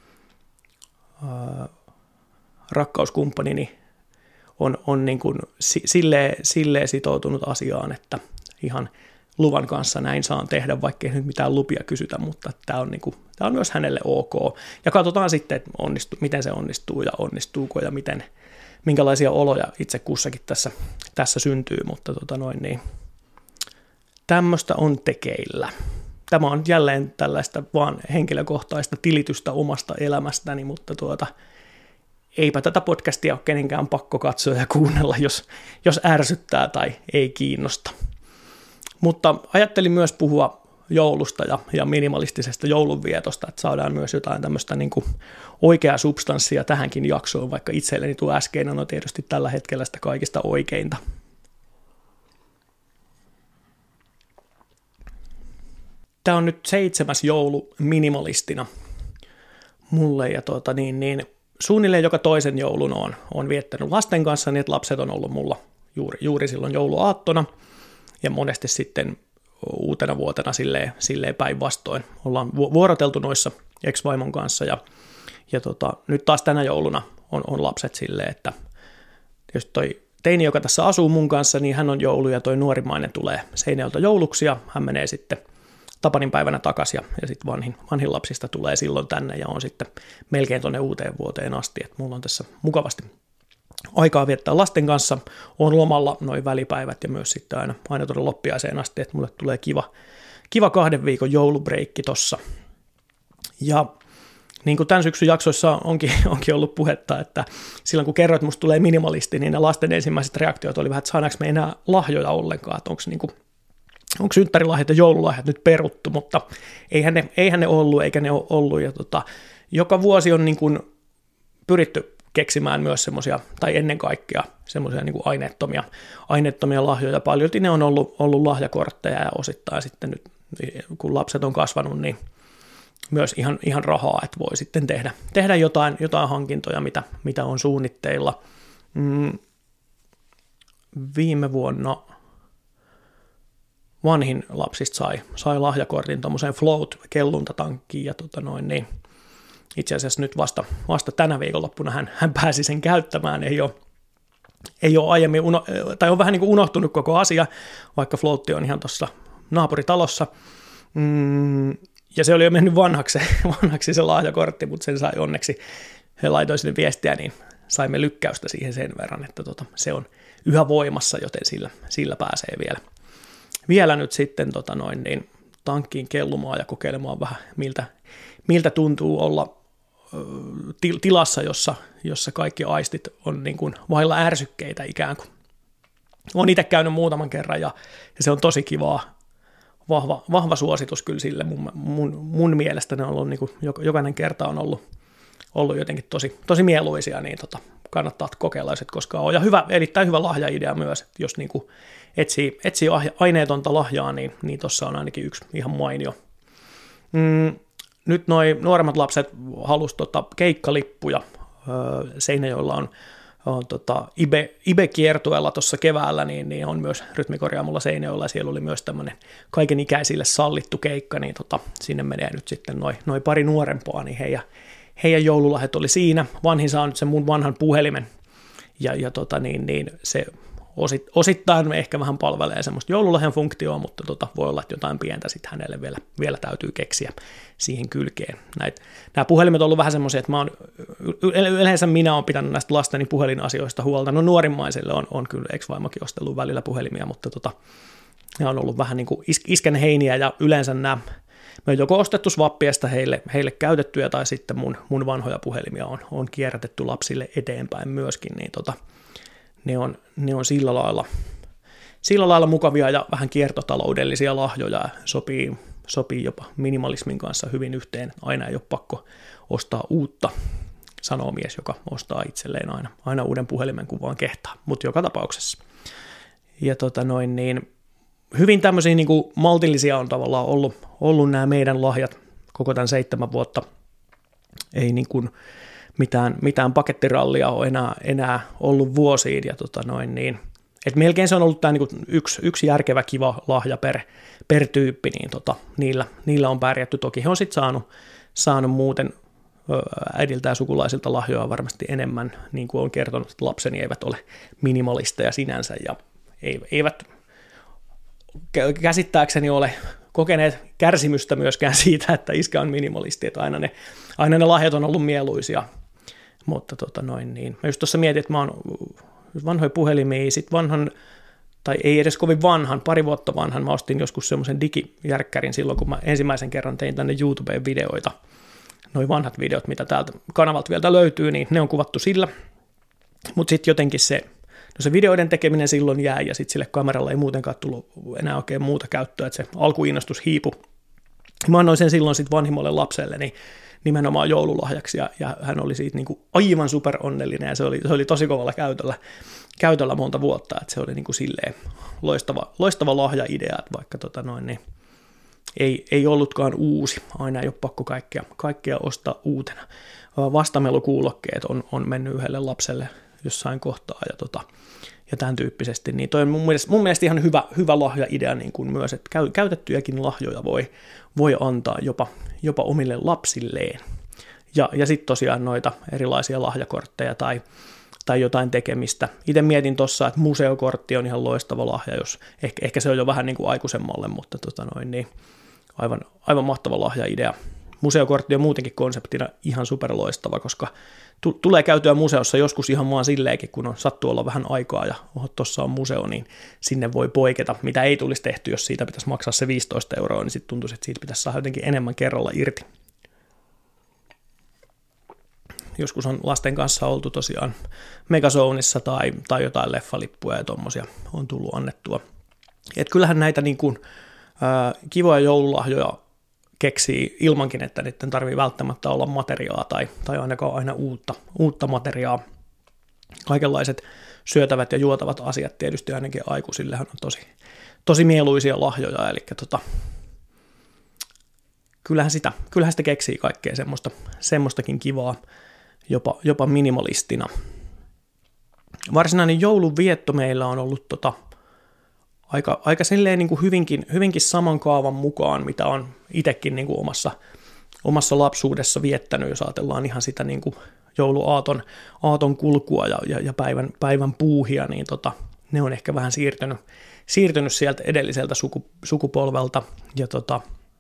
uh, rakkauskumppanini on, on niin kuin silleen, silleen sitoutunut asiaan, että ihan luvan kanssa näin saan tehdä, vaikka ei nyt mitään lupia kysytä, mutta tämä on, niin kuin, tämä on myös hänelle ok. Ja katsotaan sitten, että onnistu, miten se onnistuu ja onnistuuko ja miten, minkälaisia oloja itse kussakin tässä, tässä syntyy, mutta tota noin niin, tämmöistä on tekeillä. Tämä on jälleen tällaista vaan henkilökohtaista tilitystä omasta elämästäni, mutta tuota, eipä tätä podcastia ole kenenkään pakko katsoa ja kuunnella, jos, jos ärsyttää tai ei kiinnosta. Mutta ajattelin myös puhua joulusta ja, ja minimalistisesta joulunvietosta, että saadaan myös jotain tämmöistä niin kuin oikeaa substanssia tähänkin jaksoon, vaikka itselleni tuo äskeinen on tietysti tällä hetkellä sitä kaikista oikeinta. Tämä on nyt seitsemäs joulu minimalistina mulle ja tuota niin, niin suunnilleen joka toisen joulun on, on viettänyt lasten kanssa, niin että lapset on ollut mulla juuri, juuri silloin jouluaattona ja monesti sitten uutena vuotena silleen, silleen päinvastoin. Ollaan vuoroteltu noissa ex-vaimon kanssa ja, ja tota, nyt taas tänä jouluna on, on lapset silleen, että jos toi teini, joka tässä asuu mun kanssa, niin hän on joulu ja toi nuorimmainen tulee Seinäjoelta jouluksi ja hän menee sitten Tapanin päivänä takaisin ja, ja sitten vanhin, vanhin lapsista tulee silloin tänne ja on sitten melkein tuonne uuteen vuoteen asti, että mulla on tässä mukavasti aikaa viettää lasten kanssa, on lomalla noin välipäivät ja myös sitten aina, aina tuonne loppiaiseen asti, että mulle tulee kiva, kiva kahden viikon joulubreikki tossa. Ja niin kuin tämän syksyn jaksoissa onkin, onkin ollut puhetta, että silloin kun kerroit, että musta tulee minimalisti, niin ne lasten ensimmäiset reaktiot oli vähän, että saadaanko me enää lahjoja ollenkaan, että onko niin kuin onko synttärilahjat ja joululahjat nyt peruttu, mutta eihän ne, eihän ne ollut, eikä ne ole ollut. Ja tota, joka vuosi on niin kuin pyritty keksimään myös semmoisia, tai ennen kaikkea semmoisia niin kuin aineettomia, aineettomia lahjoja. Paljolti ne on ollut, ollut lahjakortteja ja osittain sitten nyt, kun lapset on kasvanut, niin myös ihan, ihan rahaa, että voi sitten tehdä, tehdä jotain, jotain hankintoja, mitä, mitä on suunnitteilla. Mm, viime vuonna vanhin lapsista sai, sai lahjakortin tuommoiseen float-kelluntatankkiin ja tota noin, niin itse asiassa nyt vasta, vasta tänä viikonloppuna hän, hän pääsi sen käyttämään, ei ole, ei ole aiemmin, uno, tai on vähän niin kuin unohtunut koko asia, vaikka floatti on ihan tuossa naapuritalossa, mm, ja se oli jo mennyt vanhaksi, vanhaksi se lahjakortti, mutta sen sai onneksi, he laitoi sinne viestiä, niin saimme lykkäystä siihen sen verran, että tota, se on yhä voimassa, joten sillä, sillä pääsee vielä. Vielä nyt sitten tota noin, niin tankkiin kellumaan ja kokeilemaan vähän, miltä, miltä tuntuu olla ö, til, tilassa, jossa, jossa kaikki aistit on niin kuin vailla ärsykkeitä ikään kuin. Olen itse käynyt muutaman kerran ja, ja se on tosi kivaa. Vahva, vahva suositus kyllä sille. Mun, mun, mun mielestä ne on ollut, niin kuin, jokainen kerta on ollut, ollut jotenkin tosi, tosi mieluisia, niin tota, kannattaa kokeilla, jos et koskaan ole. Ja hyvä, erittäin hyvä lahjaidea myös, että jos niin kuin etsii, etsii aineetonta lahjaa, niin, niin tuossa on ainakin yksi ihan mainio. Mm, nyt noi nuoremmat lapset halusivat tota keikkalippuja. Öö, Seinäjoella on, on tota Ibe, Ibe-kiertueella tuossa keväällä, niin, niin on myös rytmikorjaamolla Seinäjoella, ja siellä oli myös tämmöinen kaiken ikäisille sallittu keikka, niin tota, sinne menee nyt sitten noin noi pari nuorempaa, niin heidän, heidän joululahjat oli siinä. Vanhin saa nyt sen mun vanhan puhelimen, ja, ja tota, niin, niin se osittain ehkä vähän palvelee semmoista joululahjan funktioa, mutta tota, voi olla, että jotain pientä sitten hänelle vielä, vielä täytyy keksiä siihen kylkeen. Näit, nämä puhelimet on ollut vähän semmoisia, että mä oon, yleensä minä olen pitänyt näistä lasteni puhelinasioista huolta. No nuorimmaiselle on, on kyllä ex-vaimokin ostellut välillä puhelimia, mutta tota, ne on ollut vähän niin kuin is, isken heiniä ja yleensä nämä, me on joko ostettu Swappiesta heille, heille käytettyjä tai sitten mun, mun vanhoja puhelimia on, on kierrätetty lapsille eteenpäin myöskin, niin tota, Ne on, ne on sillä lailla, sillä lailla mukavia ja vähän kiertotaloudellisia lahjoja, sopii, sopii jopa minimalismin kanssa hyvin yhteen. Aina ei ole pakko ostaa uutta, sanoo mies, joka ostaa itselleen aina, aina uuden puhelimen, kun vaan kehtaa, mutta joka tapauksessa. Ja tota noin, niin hyvin tämmöisiä niin kuin maltillisia on tavallaan ollut, ollut nämä meidän lahjat koko tämän seitsemän vuotta. Ei niin kuin mitään, mitään pakettirallia ole enää, enää ollut vuosiin, ja tota noin niin, et melkein se on ollut tämä niinku yksi, yksi järkevä kiva lahja per, per tyyppi, niin tota, niillä, niillä on pärjätty. Toki he on sitten saanut, saanut muuten äidiltä ja sukulaisilta lahjoja varmasti enemmän, niin kuin on kertonut, että lapseni eivät ole minimalisteja sinänsä, ja eivät käsittääkseni ole kokeneet kärsimystä myöskään siitä, että iskä on minimalisti, että aina ne, aina ne lahjat on ollut mieluisia. Mutta tota noin niin. Mä just tuossa mietin, että mä oon vanhoja puhelimia, sit vanhan, tai ei edes kovin vanhan, pari vuotta vanhan, mä ostin joskus semmoisen digijärkkärin silloin, kun mä ensimmäisen kerran tein tänne YouTubeen videoita. Noi vanhat videot, mitä täältä kanavalta vielä löytyy, niin ne on kuvattu sillä. Mutta sitten jotenkin se, no se videoiden tekeminen silloin jäi, ja sitten sille kameralle ei muutenkaan tullut enää oikein muuta käyttöä, että se alkuinnostus hiipui. Mä annoin sen silloin sitten vanhimmalle lapselle, nimenomaan joululahjaksi, ja, ja hän oli siitä niin kuin aivan super onnellinen, ja se oli, se oli tosi kovalla käytöllä, käytöllä monta vuotta, että se oli niin kuin silleen loistava, loistava lahjaidea, että vaikka tota noin, niin ei, ei ollutkaan uusi, aina ei ole pakko kaikkea, kaikkea ostaa uutena. Vastamelukuulokkeet on, on mennyt yhdelle lapselle jossain kohtaa, ja, tota, ja tämän tyyppisesti, niin toi on mun mielestä, mun mielestä ihan hyvä, hyvä lahjaidea niin kuin myös, että käy, käytettyjäkin lahjoja voi, voi antaa jopa, jopa omille lapsilleen. Ja, ja sitten tosiaan noita erilaisia lahjakortteja tai, tai jotain tekemistä. Itse mietin tuossa, että museokortti on ihan loistava lahja, jos ehkä, ehkä se on jo vähän niin kuin aikuisemmalle, mutta tota noin, niin aivan, aivan mahtava lahjaidea. Museokortti on muutenkin konseptina ihan superloistava, koska t- tulee käytyä museossa joskus ihan vaan silleenkin, kun on sattuu olla vähän aikaa ja oho, tuossa on museo, niin sinne voi poiketa, mitä ei tulisi tehty, jos siitä pitäisi maksaa se viisitoista euroa, niin sitten tuntuisi, että siitä pitäisi saada jotenkin enemmän kerralla irti. Joskus on lasten kanssa oltu tosiaan Megazoneissa tai, tai jotain leffalippuja ja tommosia on tullut annettua. Et kyllähän näitä niin kuin, ää, kivoja joululahjoja keksii ilmankin, että niiden tarvii välttämättä olla materiaa tai, tai ainakaan aina uutta, uutta materiaa. Kaikenlaiset syötävät ja juotavat asiat tietysti ainakin aikuisillehan on tosi, tosi mieluisia lahjoja, eli tota, kyllähän, sitä, kyllähän sitä keksii kaikkea semmoista, semmoistakin kivaa, jopa, jopa minimalistina. Varsinainen joulunvietto meillä on ollut tota, aika, aika silleen niin kuin hyvinkin, hyvinkin saman kaavan mukaan, mitä on itsekin niin kuin omassa, omassa lapsuudessa viettänyt, jos ajatellaan ihan sitä niin kuin jouluaaton aaton kulkua ja, ja, ja päivän, päivän puuhia, niin tota, ne on ehkä vähän siirtynyt, siirtynyt sieltä edelliseltä suku, sukupolvelta, ja tota,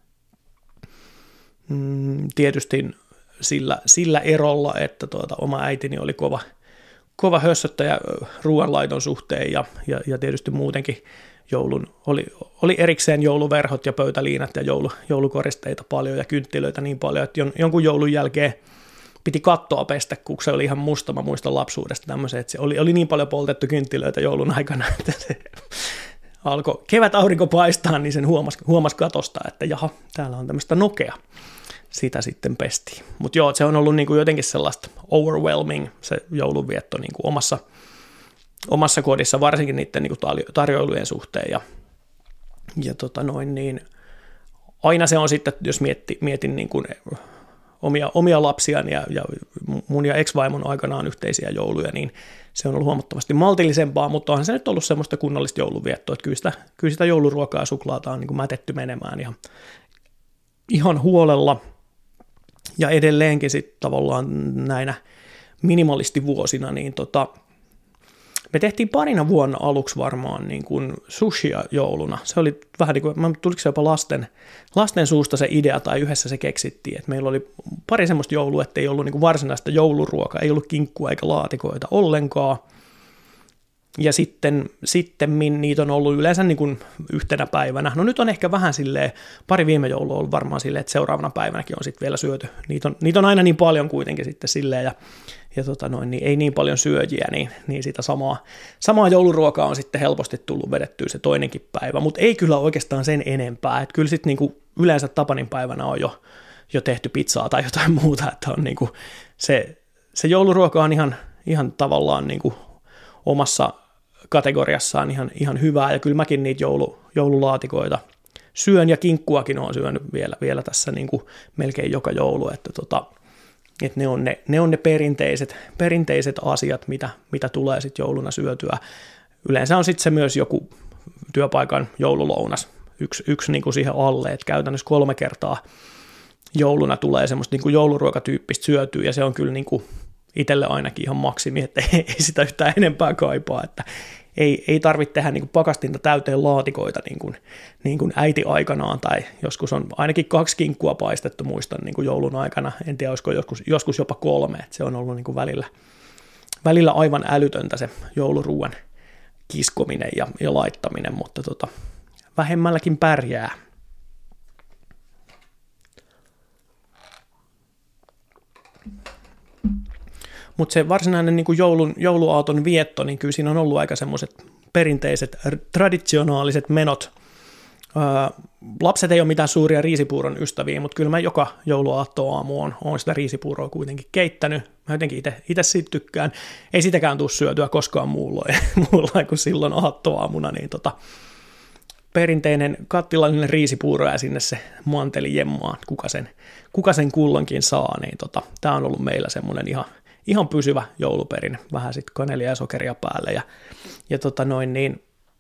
mm, tietysti sillä, sillä erolla, että tuota, oma äitini oli kova, kova hössöttäjä ruoanlaiton suhteen, ja, ja, ja tietysti muutenkin joulun, oli, oli erikseen jouluverhot ja pöytäliinat ja joulu, joulukoristeita paljon ja kynttilöitä niin paljon, että jon, jonkun joulun jälkeen piti kattoa pestä, kun se oli ihan musta, mä muistan lapsuudesta tämmöisen, että se oli, oli niin paljon poltettu kynttilöitä joulun aikana, että se alkoi kevät aurinko paistaa, niin sen huomasi, huomasi katosta, että jaha, täällä on tämmöistä nokea. Sitä sitten pestiin. Mutta joo, se on ollut niinku jotenkin sellaista overwhelming se joulunvietto niinku omassa, omassa kodissa, varsinkin niiden niinku tarjoilujen suhteen. Ja, ja tota noin, niin aina se on sitten, jos mietti, mietin niinku omia, omia lapsiani ja, ja mun ja ex-vaimon aikanaan yhteisiä jouluja, niin se on ollut huomattavasti maltillisempaa, mutta onhan se nyt ollut semmoista kunnollista joulunviettoa, että kyllä sitä, kyllä sitä jouluruokaa ja suklaata on niinku mätetty menemään ihan, ihan huolella. Ja edelleenkin sitten tavallaan näinä minimalistivuosina, niin tota, me tehtiin parina vuonna aluksi varmaan niin kuin sushia jouluna. Se oli vähän niin kuin, tuliko se jopa lasten, lasten suusta se idea tai yhdessä se keksittiin, että meillä oli pari semmoista joulua, että ei ollut niin kuin varsinaista jouluruokaa, ei ollut kinkkua eikä laatikoita ollenkaan. Ja sitten, sitten niitä on ollut yleensä niin kuin yhtenä päivänä. No nyt on ehkä vähän silleen, pari viime joulua on ollut varmaan silleen, että seuraavana päivänäkin on sitten vielä syöty. Niitä on, niitä on aina niin paljon kuitenkin sitten silleen, ja, ja tota noin, niin ei niin paljon syöjiä, niin, niin sitä samaa, samaa jouluruokaa on sitten helposti tullut vedettyä se toinenkin päivä, mutta ei kyllä oikeastaan sen enempää. Että kyllä sitten niin kuin yleensä Tapanin päivänä on jo, jo tehty pizzaa tai jotain muuta, että on niin kuin se, se jouluruoka on ihan, ihan tavallaan niin kuin omassa kategoriassaan ihan, ihan hyvää, ja kyllä mäkin niitä joulu, joululaatikoita syön, ja kinkkuakin olen syönyt vielä, vielä tässä niin kuin melkein joka joulu, että, tota, että ne on ne, ne, on ne perinteiset, perinteiset asiat, mitä, mitä tulee sitten jouluna syötyä. Yleensä on sitten se myös joku työpaikan joululounas, yksi, yksi niin kuin siihen alle, että käytännössä kolme kertaa jouluna tulee semmoista niin kuin jouluruokatyyppistä syötyä, ja se on kyllä niin kuin itselle ainakin ihan maksimi, että ei sitä yhtään enempää kaipaa, että ei, ei tarvitse tehdä niin kuin pakastinta täyteen laatikoita niin kuin, niin kuin äiti aikanaan, tai joskus on ainakin kaksi kinkkua paistettu, muistan niin kuin joulun aikana, en tiedä olisiko joskus, joskus jopa kolme, että se on ollut niin kuin välillä, välillä aivan älytöntä se jouluruuan kiskominen ja, ja laittaminen, mutta tota, vähemmälläkin pärjää. Mutta se varsinainen niin kuin joulun, jouluaaton vietto, niin kyllä siinä on ollut aika semmoiset perinteiset, traditionaaliset menot. Öö, lapset ei ole mitään suuria riisipuuron ystäviä, mutta kyllä mä joka jouluaattoaamu on, on sitä riisipuuroa kuitenkin keittänyt. Mä jotenkin itse siitä tykkään. Ei sitäkään tule syötyä koskaan muulloin, muulloin kuin silloin aattoaamuna. Niin tota, perinteinen kattilallinen riisipuuro ja sinne se manteli jemmaan, kuka sen, kuka sen kulloinkin saa. Niin tota, tää on ollut meillä semmoinen ihan... Ihan pysyvä jouluperinne, vähän sitten kanelia ja sokeria päälle. Ja, ja tota noin, niin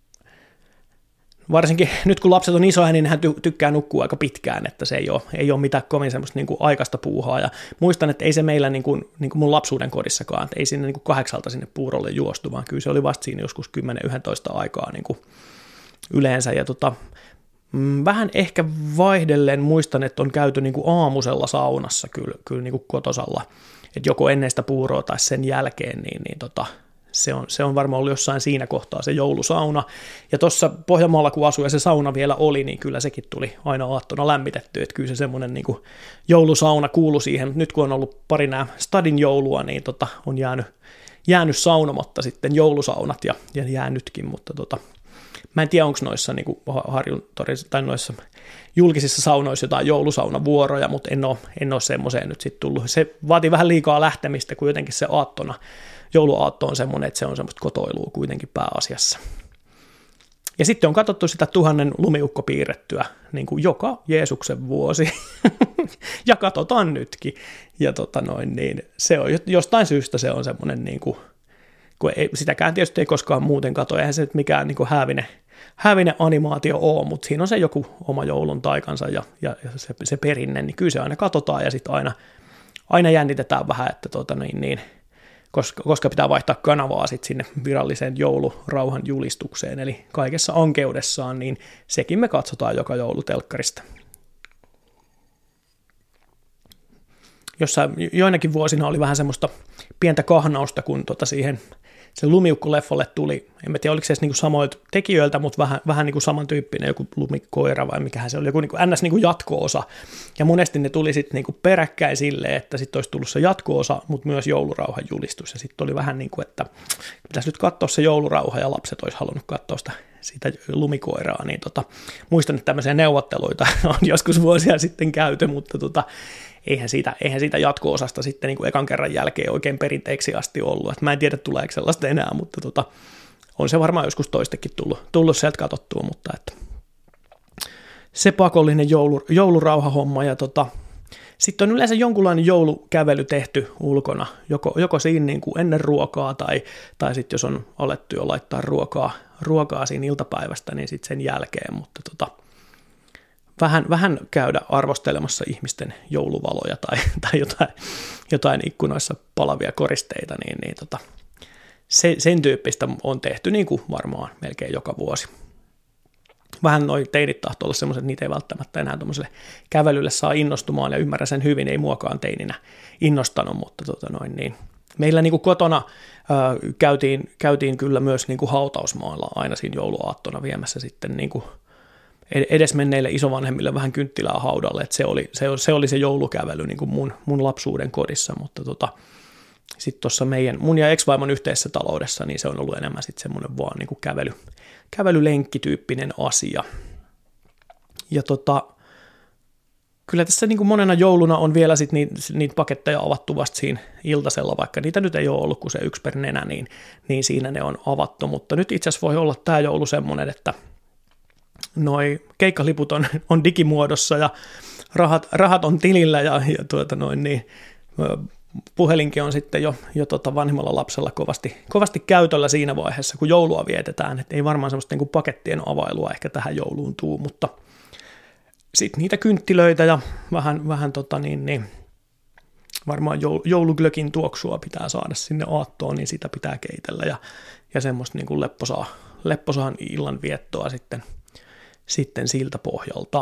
varsinkin nyt kun lapset on isoja, niin hän tykkää nukkua aika pitkään, että se ei ole, ei ole mitään kovin semmoista niin kuin aikaista puuhaa. Ja muistan, että ei se meillä niin kuin, niin kuin mun lapsuuden kodissakaan, että ei sinne niin kuin kahdeksalta sinne puurolle juostu, vaan kyllä se oli vasta siinä joskus kymmenen yksitoista aikaa niin kuin yleensä. Ja tota, vähän ehkä vaihdellen muistan, että on käyty niin kuin aamusella saunassa kyllä, kyllä niin kuin kotosalla. Että joko ennen sitä puuroa tai sen jälkeen, niin, niin tota, se, on, se on varmaan ollut jossain siinä kohtaa se joulusauna. Ja tuossa Pohjanmaalla, kun asui ja se sauna vielä oli, niin kyllä sekin tuli aina aattona lämmitetty. Että kyllä se semmoinen niin kuin joulusauna kuului siihen. Nyt kun on ollut pari nämä stadin joulua, niin tota, on jäänyt, jäänyt saunomatta sitten joulusaunat ja, ja jäänytkin, mutta tota, mä en tiedä, onko noissa niin kuin Harjun torissa tai noissa julkisissa saunoissa jotain joulusaunavuoroja, mutta en ole, en ole semmoiseen nyt sitten tullut. Se vaatii vähän liikaa lähtemistä, kun jotenkin se aattona, jouluaatto on semmoinen, että se on semmoista kotoilua kuitenkin pääasiassa. Ja sitten on katsottu sitä tuhannen lumiukkopiirrettyä niin kuin joka Jeesuksen vuosi, ja katsotaan nytkin. Ja tota noin, niin se on, jostain syystä se on semmoinen, niin kuin, kun ei, sitäkään tietysti ei koskaan muuten katso, eihän se nyt mikään niin kuin häävinen, häävinen animaatio ole, mutta siinä on se joku oma joulun taikansa ja, ja, ja se, se perinne, niin kyllä se aina katsotaan ja sitten aina, aina jännitetään vähän, että tota niin, niin, koska, koska pitää vaihtaa kanavaa sitten sinne viralliseen joulurauhan julistukseen, eli kaikessa ankeudessaan, niin sekin me katsotaan joka joulutelkkarista. Jossain joinakin vuosina oli vähän semmoista pientä kahnausta, kun tota siihen se Lumiukko-leffalle tuli, en tiedä oliko se edes niinku samoilta tekijöiltä, mutta vähän, vähän niinku samantyyppinen joku Lumikoira vai mikähän se oli, joku niinku ns. Niinku jatko-osa. Ja monesti ne tuli sitten niinku peräkkäin silleen, että sitten olisi tullut se jatko-osa, mutta myös joulurauhan julistus. Ja sitten oli vähän niin kuin, että pitäisi nyt katsoa se joulurauha ja lapset olisi halunnut katsoa sitä, sitä Lumikoiraa. Niin tota, muistan, että tämmöisiä neuvotteluita on joskus vuosia sitten käyty, mutta tota, eihän siitä, eihän siitä jatko-osasta sitten niin kuin ekan kerran jälkeen oikein perinteeksi asti ollut. Et mä en tiedä, tuleeko sellaista enää, mutta tota, on se varmaan joskus toistekin tullut, tullut sieltä katsottua, mutta että se pakollinen joulu, joulurauhahomma. Ja tota, sitten on yleensä jonkunlainen joulukävely tehty ulkona, joko, joko siinä niin kuin ennen ruokaa tai, tai sitten jos on alettu jo laittaa ruokaa, ruokaa siinä iltapäivästä, niin sitten sen jälkeen, mutta tota, Vähän, vähän käydä arvostelemassa ihmisten jouluvaloja tai, tai jotain, jotain ikkunoissa palavia koristeita, niin, niin tota, se, sen tyyppistä on tehty niin kuin varmaan melkein joka vuosi. Vähän noi teinit tahtoo olla semmoiset, että niitä ei välttämättä enää tuommoiselle kävelylle saa innostumaan, ja ymmärrän sen hyvin, ei muakaan teininä innostanut, mutta tota noin niin. Meillä niin kuin kotona ää, käytiin, käytiin kyllä myös niin kuin hautausmaalla aina siinä jouluaattona viemässä sitten niin kuin edesmenneille isovanhemmille vähän kynttilää haudalle, että se oli se, se, oli se joulukävely niin kuin mun, mun lapsuuden kodissa, mutta tota, sitten tuossa meidän, mun ja ex-vaimon yhteisessä taloudessa, niin se on ollut enemmän sitten semmoinen vaan niin kuin kävely, kävelylenkkityyppinen asia. Ja tota, kyllä tässä niin kuin monena jouluna on vielä sitten niitä, niitä paketteja avattu vasta siinä iltasella, vaikka niitä nyt ei ole ollut kuin se yksi per nenä, niin, niin siinä ne on avattu, mutta nyt itse asiassa voi olla tämä joulu semmoinen, että noi keikkaliput on, on digimuodossa ja rahat, rahat on tilillä ja, ja tuota noin, niin, puhelinkin on sitten jo, jo tota vanhimmalla lapsella kovasti, kovasti käytöllä siinä vaiheessa, kun joulua vietetään. Et ei varmaan semmoista niin kuin pakettien availua ehkä tähän jouluun tuu, mutta sitten niitä kynttilöitä ja vähän, vähän tota niin, niin, varmaan jouluglökin tuoksua pitää saada sinne aattoon, niin sitä pitää keitellä ja, ja semmoista niin kuin lepposaa, lepposaan illan viettoa sitten, sitten siltä pohjalta.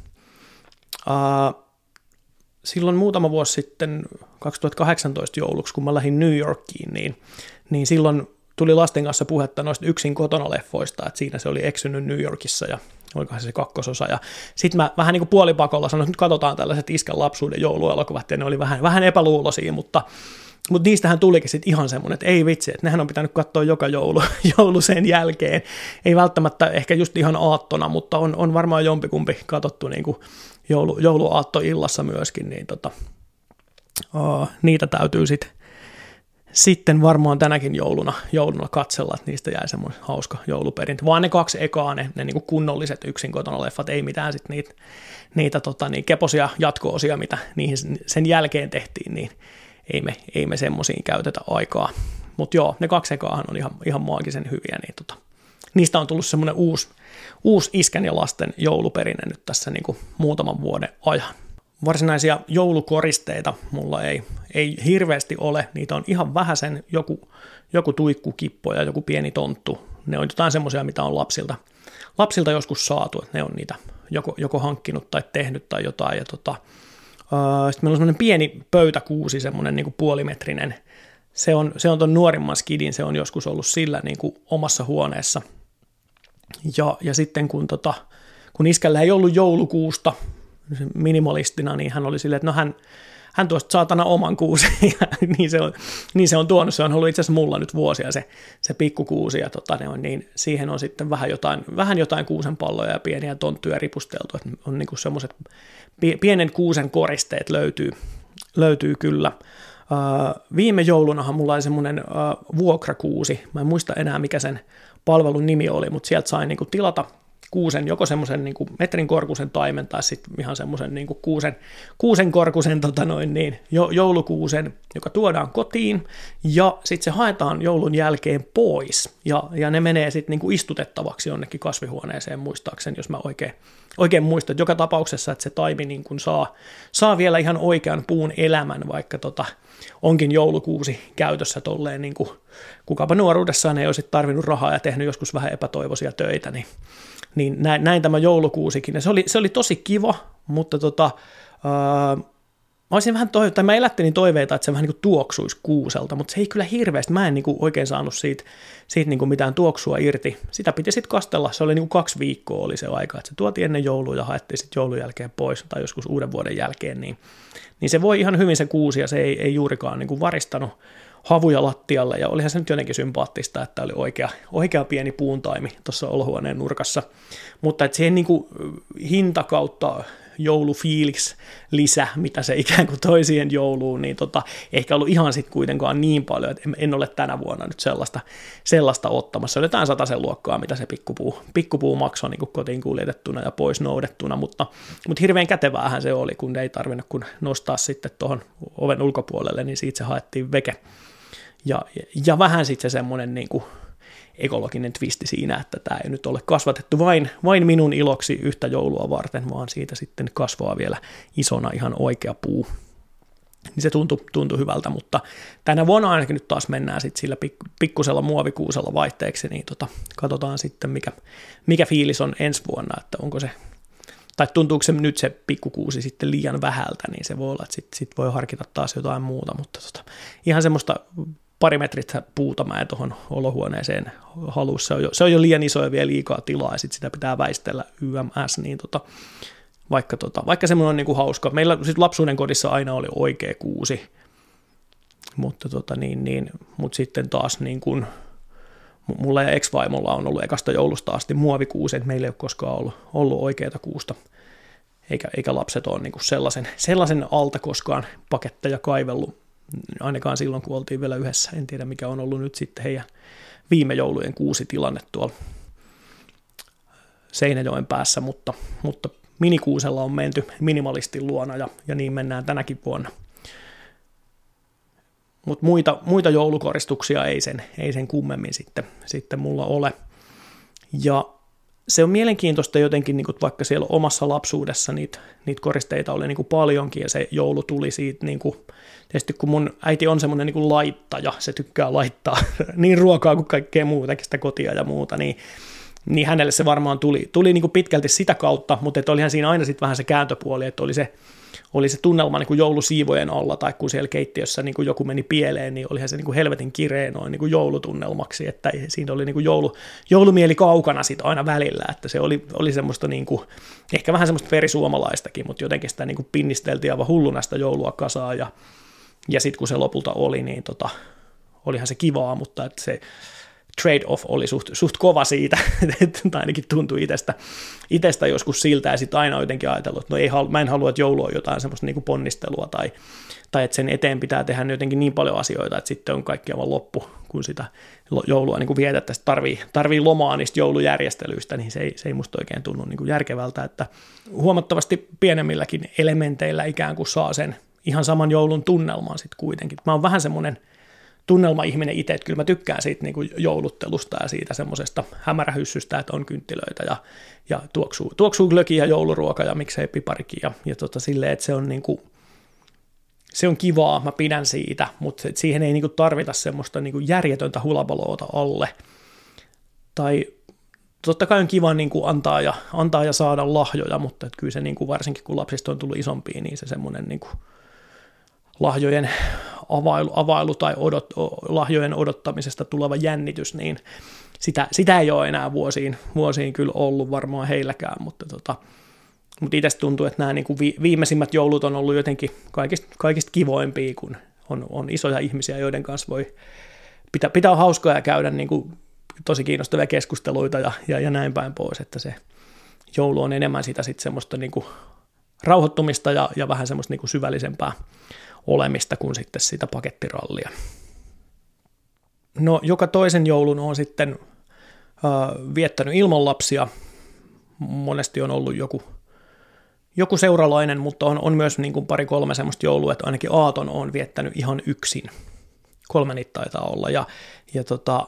Uh, silloin muutama vuosi sitten, kaksituhattakahdeksantoista jouluksi, kun mä lähdin New Yorkiin, niin, niin silloin tuli lasten kanssa puhetta noista yksin kotona leffoista, että siinä se oli eksynyt New Yorkissa ja olikohan se se kakkososa. Ja sitten mä vähän niin kuin puolipakolla sanoin, että nyt katsotaan tällaiset iskän lapsuuden jouluelokuvat, ja ne oli vähän, vähän epäluuloisia, mutta, mutta niistähän tulikin sitten ihan semmoinen, että ei vitsi, että nehän on pitänyt katsoa joka joulu, joulu sen jälkeen. Ei välttämättä ehkä just ihan aattona, mutta on, on varmaan jompikumpi katsottu niin kuin joulu, jouluaattoillassa myöskin, niin tota, uh, niitä täytyy sitten Sitten varmaan tänäkin jouluna, jouluna katsella, että niistä jäi semmoinen hauska jouluperintö. Vaan ne kaksi ekaa, ne, ne niin kunnolliset yksin kotona leffat, ei mitään sitten niitä, niitä tota, niin keposia jatko-osia, mitä niihin sen jälkeen tehtiin, niin ei me, ei me semmoisiin käytetä aikaa. Mutta joo, ne kaksi ekaahan on ihan, ihan maagisen hyviä, niin tota, niistä on tullut semmoinen uusi, uusi iskän ja lasten jouluperinne nyt tässä niin kuin muutaman vuoden ajan. Varsinaisia joulukoristeita mulla ei, ei hirveästi ole, niitä on ihan vähäsen, joku, joku tuikkukippo ja joku pieni tonttu. Ne on jotain semmoisia, mitä on lapsilta, lapsilta joskus saatu, että ne on niitä joko, joko hankkinut tai tehnyt tai jotain. Ja tota, uh, sitten meillä on semmoinen pieni pöytäkuusi, semmoinen niin kuin puolimetrinen. Se on, se on ton nuorimman skidin, se on joskus ollut sillä niin kuin omassa huoneessa. Ja, ja sitten kun, tota, kun iskällä ei ollut joulukuusta, minimalistina, niin hän oli silleen, että no hän, hän tuosta saatana oman kuusi, ja niin, se on, niin se on tuonut, se on ollut itse asiassa mulla nyt vuosia se, se pikkukuusi, ja tota, ne on, niin siihen on sitten vähän jotain, vähän jotain kuusenpalloja ja pieniä tonttuja ripusteltu, että on niin kuin semmoiset pienen kuusen koristeet löytyy, löytyy kyllä. Uh, viime joulunahan mulla oli semmoinen uh, vuokrakuusi, mä en muista enää mikä sen palvelun nimi oli, mutta sieltä sain niin kuin tilata kuusen, joko semmoisen niin kuin metrin korkuisen taimen tai sitten ihan semmoisen niin kuin kuusen, kuusen korkuisen tota noin, niin, jo, joulukuusen, joka tuodaan kotiin ja sitten se haetaan joulun jälkeen pois ja, ja ne menee sitten niin kuin istutettavaksi jonnekin kasvihuoneeseen muistaakseni, jos mä oikein, oikein muistan, että joka tapauksessa, että se taimi niin kuin saa, saa vielä ihan oikean puun elämän, vaikka tota, onkin joulukuusi käytössä tolleen, niin kuin kukapa nuoruudessaan ei olisi tarvinnut rahaa ja tehnyt joskus vähän epätoivoisia töitä, niin niin näin, näin tämä joulukuusikin, ja se oli, se oli tosi kiva, mutta tota, ää, mä olisin vähän toive, tai mä elättelin toiveita, että se vähän niin kuin tuoksuisi kuuselta, mutta se ei kyllä hirveästi, mä en niin kuin oikein saanut siitä, siitä niin kuin mitään tuoksua irti. Sitä piti sitten kastella, se oli niin kuin kaksi viikkoa oli se aika, että se tuotiin ennen joulua ja haettiin sitten joulun jälkeen pois, tai joskus uuden vuoden jälkeen, niin, niin se voi ihan hyvin se kuusi, ja se ei, ei juurikaan niin kuin varistanut havuja lattialle, ja olihan se nyt jotenkin sympaattista, että oli oikea, oikea pieni puuntaimi tuossa olohuoneen nurkassa, mutta että siihen niin kuin hinta kautta joulufiiliks lisä, mitä se ikään kuin toi siihen jouluun, niin tota, ehkä ollut ihan sitten kuitenkaan niin paljon, että en ole tänä vuonna nyt sellaista, sellaista ottamassa. Se oli jotain sataisen luokkaa, mitä se pikkupuu, pikkupuu maksoi niin kuin kotiin kuljetettuna ja pois noudettuna, mutta, mutta hirveän käteväähän se oli, kun ei tarvinnut kun nostaa sitten tuohon oven ulkopuolelle, niin siitä se haettiin veke. Ja, ja vähän sitten se semmoinen niin kuin ekologinen twisti siinä, että tämä ei nyt ole kasvatettu vain, vain minun iloksi yhtä joulua varten, vaan siitä sitten kasvaa vielä isona ihan oikea puu. Niin se tuntui, tuntui hyvältä, mutta tänä vuonna ainakin nyt taas mennään sitten sillä pik, pikkusella muovikuusella vaihteeksi, niin tota, katsotaan sitten mikä, mikä fiilis on ensi vuonna, että onko se, tai tuntuuko se nyt se pikkukuusi sitten liian vähältä, niin se voi olla, että sitten sit voi harkita taas jotain muuta, mutta tota, ihan semmoista pari metrit puuta mä en tuohon olohuoneeseen halua, se on jo, se on jo liian iso ja vielä liikaa tilaa, ja sitten sitä pitää väistellä Y M S, niin tota, vaikka, tota, vaikka semmoinen on niinku hauska. Meillä sit lapsuuden kodissa aina oli oikea kuusi, mutta, tota, niin, niin, mutta sitten taas niin kun, mulla ja ex-vaimolla on ollut ekasta joulusta asti muovikuusi, että meillä ei ole koskaan ollut, ollut oikeata kuusta, eikä, eikä lapset ole niinku sellaisen, sellaisen alta koskaan paketteja kaivellut, ainakaan silloin, kun oltiin vielä yhdessä. En tiedä, mikä on ollut nyt sitten heidän viime joulujen kuusi tilanne tuolla Seinäjoen päässä, mutta, mutta minikuusella on menty minimalistin luona, ja, ja niin mennään tänäkin vuonna. Mutta muita, muita joulukoristuksia ei sen, ei sen kummemmin sitten, sitten mulla ole. Ja se on mielenkiintoista jotenkin, niin kuin, vaikka siellä omassa lapsuudessa niitä, niitä koristeita oli niin kuin paljonkin, ja se joulu tuli siitä, niin kuin, tietysti kun mun äiti on semmoinen niin kuin laittaja, se tykkää laittaa niin ruokaa kuin kaikkea muutakin, sitä kotia ja muuta, niin, niin hänelle se varmaan tuli, tuli niin kuin pitkälti sitä kautta, mutta että olihan siinä aina sitten vähän se kääntöpuoli, että oli se, oli se tunnelma niin kuin joulusiivojen alla, tai kun siellä keittiössä niin kuin joku meni pieleen, niin olihan se niin kuin helvetin kireä noin niin kuin joulutunnelmaksi, että siinä oli niin kuin joulu, joulumieli kaukana sit aina välillä, että se oli, oli semmoista niin kuin, ehkä vähän semmoista verisuomalaistakin, mutta jotenkin sitä niin kuin pinnisteltiin aivan hulluna sitä joulua kasaan, ja, ja sitten kun se lopulta oli, niin tota, olihan se kivaa, mutta että se trade-off oli suht, suht kova siitä, tai ainakin tuntui itsestä, itsestä joskus siltä, ja sitten aina jotenkin ajatellut, että no ei, mä en halua, että joulu on jotain semmoista niin kuin ponnistelua, tai, tai että sen eteen pitää tehdä jotenkin niin paljon asioita, että sitten on kaikki aivan loppu, kun sitä joulua niin kuin vietettäisiin, tarvii, tarvii lomaa niistä joulujärjestelyistä, niin se ei, se ei musta oikein tunnu niin kuin järkevältä, että huomattavasti pienemmilläkin elementeillä ikään kuin saa sen ihan saman joulun tunnelman sitten kuitenkin. Mä oon vähän semmoinen tunnelma-ihminen itse, että kyllä mä tykkään siitä niin kuin jouluttelusta ja siitä semmoisesta hämärähyssystä, että on kynttilöitä ja, ja tuoksuu, tuoksuu glöki ja jouluruoka ja miksei piparikin ja, ja tota, silleen, että se on, niin kuin, se on kivaa, mä pidän siitä, mutta siihen ei niin kuin tarvita semmoista niin kuin järjetöntä hulabaloota alle. Tai totta kai on kiva niin kuin antaa, ja, antaa ja saada lahjoja, mutta että kyllä se niin kuin, varsinkin kun lapsista on tullut isompia, niin se semmoinen niin kuin lahjojen availu, availu tai odot, lahjojen odottamisesta tuleva jännitys, niin sitä, sitä ei ole enää vuosiin, vuosiin kyllä ollut varmaan heilläkään, mutta, tota, mutta itse tuntuu, että nämä niin kuin viimeisimmät joulut on ollut jotenkin kaikista, kaikista kivoimpia, kun on, on isoja ihmisiä, joiden kanssa voi pitää, pitää hauskaa ja käydä niin kuin tosi kiinnostavia keskusteluita ja, ja, ja näin päin pois, että se joulu on enemmän sitä sitten semmoista niin kuin rauhoittumista ja, ja vähän semmoista niin kuin syvällisempää olemista kuin sitten sitä pakettirallia. No, joka toisen joulun on sitten äh, viettänyt ilman lapsia. Monesti on ollut joku, joku seuralainen, mutta on, on myös niin kuin pari kolme semmoista joulua, että ainakin aaton on viettänyt ihan yksin. Kolme niitä taitaa olla. Ja, ja tota,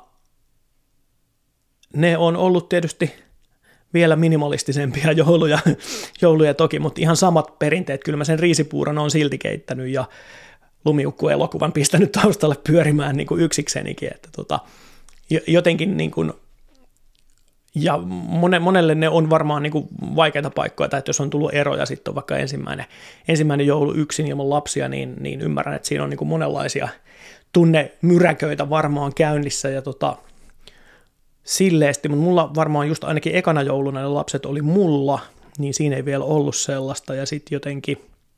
ne on ollut tietysti vielä minimalistisempia jouluja, jouluja toki, mutta ihan samat perinteet. Kyllä mä sen riisipuuron on silti keittänyt ja Lumiukko-elokuvan pistänyt taustalle pyörimään niin kuin yksiksenikin. Että tota, jotenkin niin kuin, ja monelle ne on varmaan niin kuin vaikeita paikkoja, että jos on tullut ero ja sitten on vaikka ensimmäinen, ensimmäinen joulu yksin ilman lapsia, niin, niin ymmärrän, että siinä on niin kuin monenlaisia tunnemyräköitä varmaan käynnissä ja tota, silleesti, mutta mulla varmaan just ainakin ekana jouluna ne lapset oli mulla, niin siinä ei vielä ollut sellaista, ja sitten jotenkin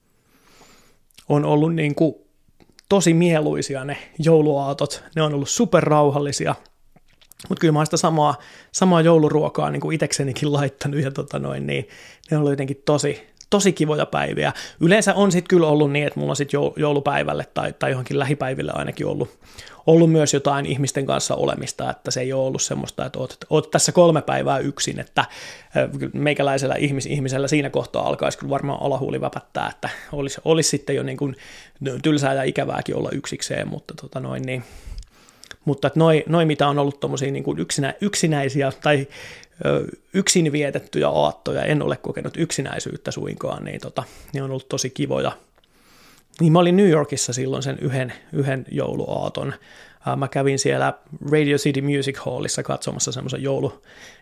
on ollut niin kuin tosi mieluisia ne jouluaatot, ne on ollut superrauhallisia, mutta kyllä mä oon sitä samaa, samaa jouluruokaa niin kuin iteksenikin laittanut, ja tota noin, niin ne on ollut jotenkin tosi, tosi kivoja päiviä. Yleensä on sitten kyllä ollut niin, että mulla on sitten joulupäivälle tai, tai johonkin lähipäiville ainakin ollut, ollut myös jotain ihmisten kanssa olemista, että se ei ole ollut semmoista, että oot, oot tässä kolme päivää yksin, että meikäläisellä ihmis, ihmisellä siinä kohtaa alkaisi kyllä varmaan alahuuli väpättää, että olisi, olisi sitten jo niin kuin tylsää ja ikävääkin olla yksikseen, mutta tota noin niin. Mutta noi, noi, mitä on ollut tommosia niin kuin yksinä, yksinäisiä tai ö, yksin vietettyjä aattoja, en ole kokenut yksinäisyyttä suinkaan, niin tota, ne on ollut tosi kivoja. Niin mä olin New Yorkissa silloin sen yhden, yhden jouluaaton. Mä kävin siellä Radio City Music Hallissa katsomassa semmoisen joulu,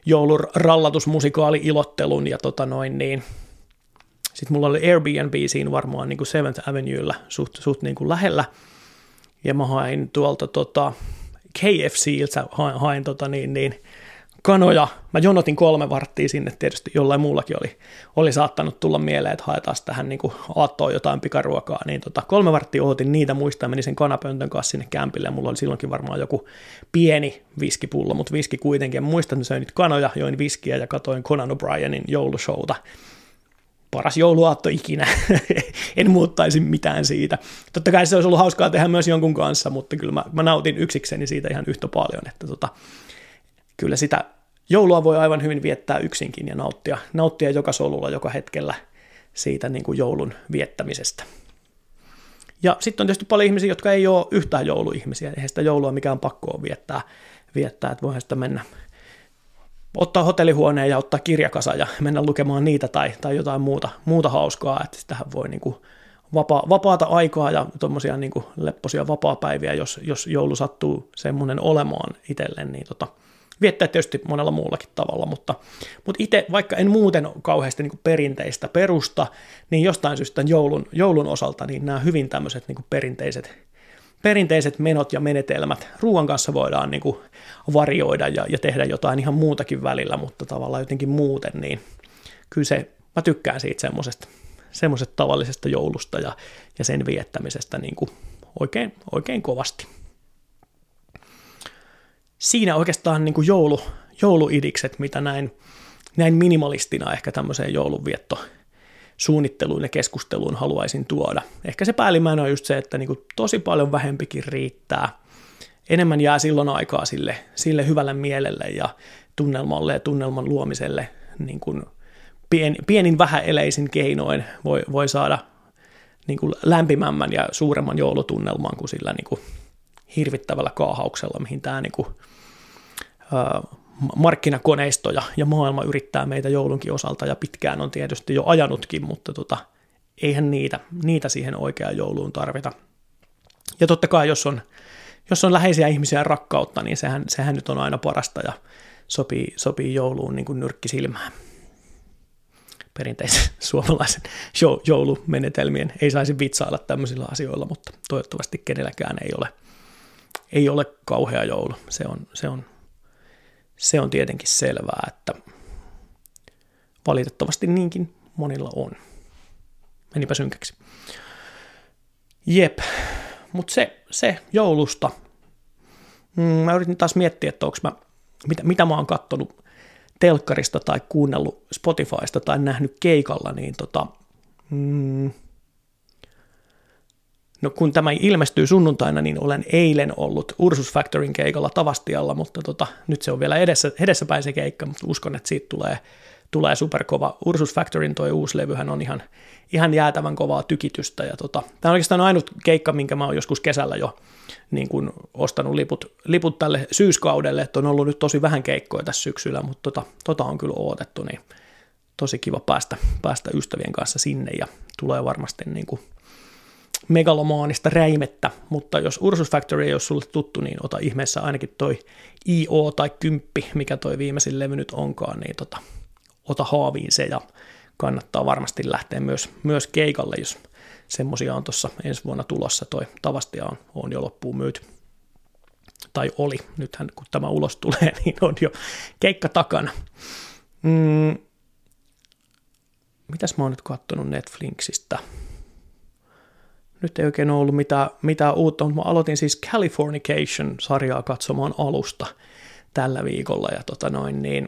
joulurallatusmusikaali-ilottelun ja tota noin niin. Sitten mulla oli Airbnb siinä varmaan niin kuin Seventh Avenuella suht, suht niin kuin lähellä. Ja mä hain tuolta tota K F C:ltä hain, hain tota niin, niin kanoja. Mä jonotin kolme varttia sinne, tietysti jollain muullakin oli, oli saattanut tulla mieleen, että haetaan tähän niin kuin aattoon jotain pikaruokaa. Niin tota, kolme varttia odotin niitä muistaa, menin sen kanapöntön kanssa sinne kämpille, ja mulla oli silloinkin varmaan joku pieni viskipullo, mutta viski kuitenkin. Ja muistan, että söin niitä kanoja, join viskiä ja katoin Conan O'Brienin joulushowta. Paras jouluaatto ikinä, en muuttaisi mitään siitä. Totta kai se olisi ollut hauskaa tehdä myös jonkun kanssa, mutta kyllä mä, mä nautin yksikseni siitä ihan yhtä paljon, että tota, kyllä sitä joulua voi aivan hyvin viettää yksinkin ja nauttia, nauttia joka solulla, joka hetkellä siitä niin kuin joulun viettämisestä. Ja sitten on tietysti paljon ihmisiä, jotka ei ole yhtään jouluihmisiä, eihän sitä joulua mikään pakko on viettää, viettää että voihan sitä mennä ottaa hotellihuoneen ja ottaa kirjakasa ja mennä lukemaan niitä tai, tai jotain muuta, muuta hauskaa, että sitähän voi niin kuin vapaa, vapaata aikaa ja tuommoisia niin kuin lepposia vapaapäiviä, jos, jos joulu sattuu semmoinen olemaan itselle, niin tota, viettää tietysti monella muullakin tavalla, mutta, mutta itse, vaikka en muuten kauheasti niin kuin perinteistä perusta, niin jostain syystä joulun, joulun osalta niin nämä hyvin tämmöiset niin kuin perinteiset, perinteiset menot ja menetelmät, ruoan kanssa voidaan niin kuin varioida ja, ja tehdä jotain ihan muutakin välillä, mutta tavallaan jotenkin muuten, niin kyllä se, mä tykkään siitä semmoisesta, semmoisesta tavallisesta joulusta ja, ja sen viettämisestä niin kuin oikein, oikein kovasti. Siinä oikeastaan niin kuin joulu, jouluidikset, mitä näin, näin minimalistina ehkä tämmöiseen joulunviettosuunnitteluun ja keskusteluun haluaisin tuoda. Ehkä se päällimmäinen on just se, että niin kuin tosi paljon vähempikin riittää. Enemmän jää silloin aikaa sille, sille hyvälle mielelle ja tunnelmalle ja tunnelman luomiselle. Niin kuin pien, pienin vähäeleisin keinoin voi, voi saada niin kuin lämpimämmän ja suuremman joulutunnelman kuin sillä niin kuin hirvittävällä kaahauksella, mihin tämä niin kuin, ä, markkinakoneisto ja, ja maailma yrittää meitä joulunkin osalta, ja pitkään on tietysti jo ajanutkin, mutta tota, eihän niitä, niitä siihen oikeaan jouluun tarvita. Ja totta kai, jos on, jos on läheisiä ihmisiä ja rakkautta, niin sehän, sehän nyt on aina parasta ja sopii, sopii jouluun niin kuin nyrkki silmään. Perinteisen suomalaisen joulumenetelmien ei saisi vitsailla tämmöisillä asioilla, mutta toivottavasti kenelläkään ei ole, ei ole kauhea joulu. Se on, se on, se on tietenkin selvää, että valitettavasti niinkin monilla on. Menipä synkäksi. Jep, mutta se, se joulusta. Mä yritin taas miettiä, että onko mä, mitä, mitä mä oon kattonut telkkarista tai kuunnellut Spotifysta tai nähnyt keikalla, niin tota, mm, no kun tämä ilmestyy sunnuntaina, niin olen eilen ollut Ursus Factorin keikalla Tavastialla, mutta tota, nyt se on vielä edessä, edessäpäin se keikka, mutta uskon, että siitä tulee, tulee superkova. Ursus Factorin toi uusi levyhän on ihan, ihan jäätävän kovaa tykitystä, ja tota, tämä on oikeastaan ainut keikka, minkä mä oon joskus kesällä jo niin kun ostanut liput, liput tälle syyskaudelle, että on ollut nyt tosi vähän keikkoja tässä syksyllä, mutta tota, tota on kyllä odotettu, niin tosi kiva päästä, päästä ystävien kanssa sinne, ja tulee varmasti niin kuin megalomaanista räimettä, mutta jos Ursus Factory ei ole sulle tuttu, niin ota ihmeessä ainakin toi I O tai kymppi, mikä toi viimeisin levy nyt onkaan, niin tota, ota haaviin se, ja kannattaa varmasti lähteä myös, myös keikalle, jos semmoisia on tuossa ensi vuonna tulossa. Toi Tavastia on, on jo loppuun myyty. Tai oli. Nythän kun tämä ulos tulee, niin on jo keikka takana. Mm. Mitäs mä oon nyt katsonut Netflixistä? Nyt ei oikein ole ollut mitään, mitään uutta, mutta mä aloitin siis Californication-sarjaa katsomaan alusta tällä viikolla. Ja tota noin, niin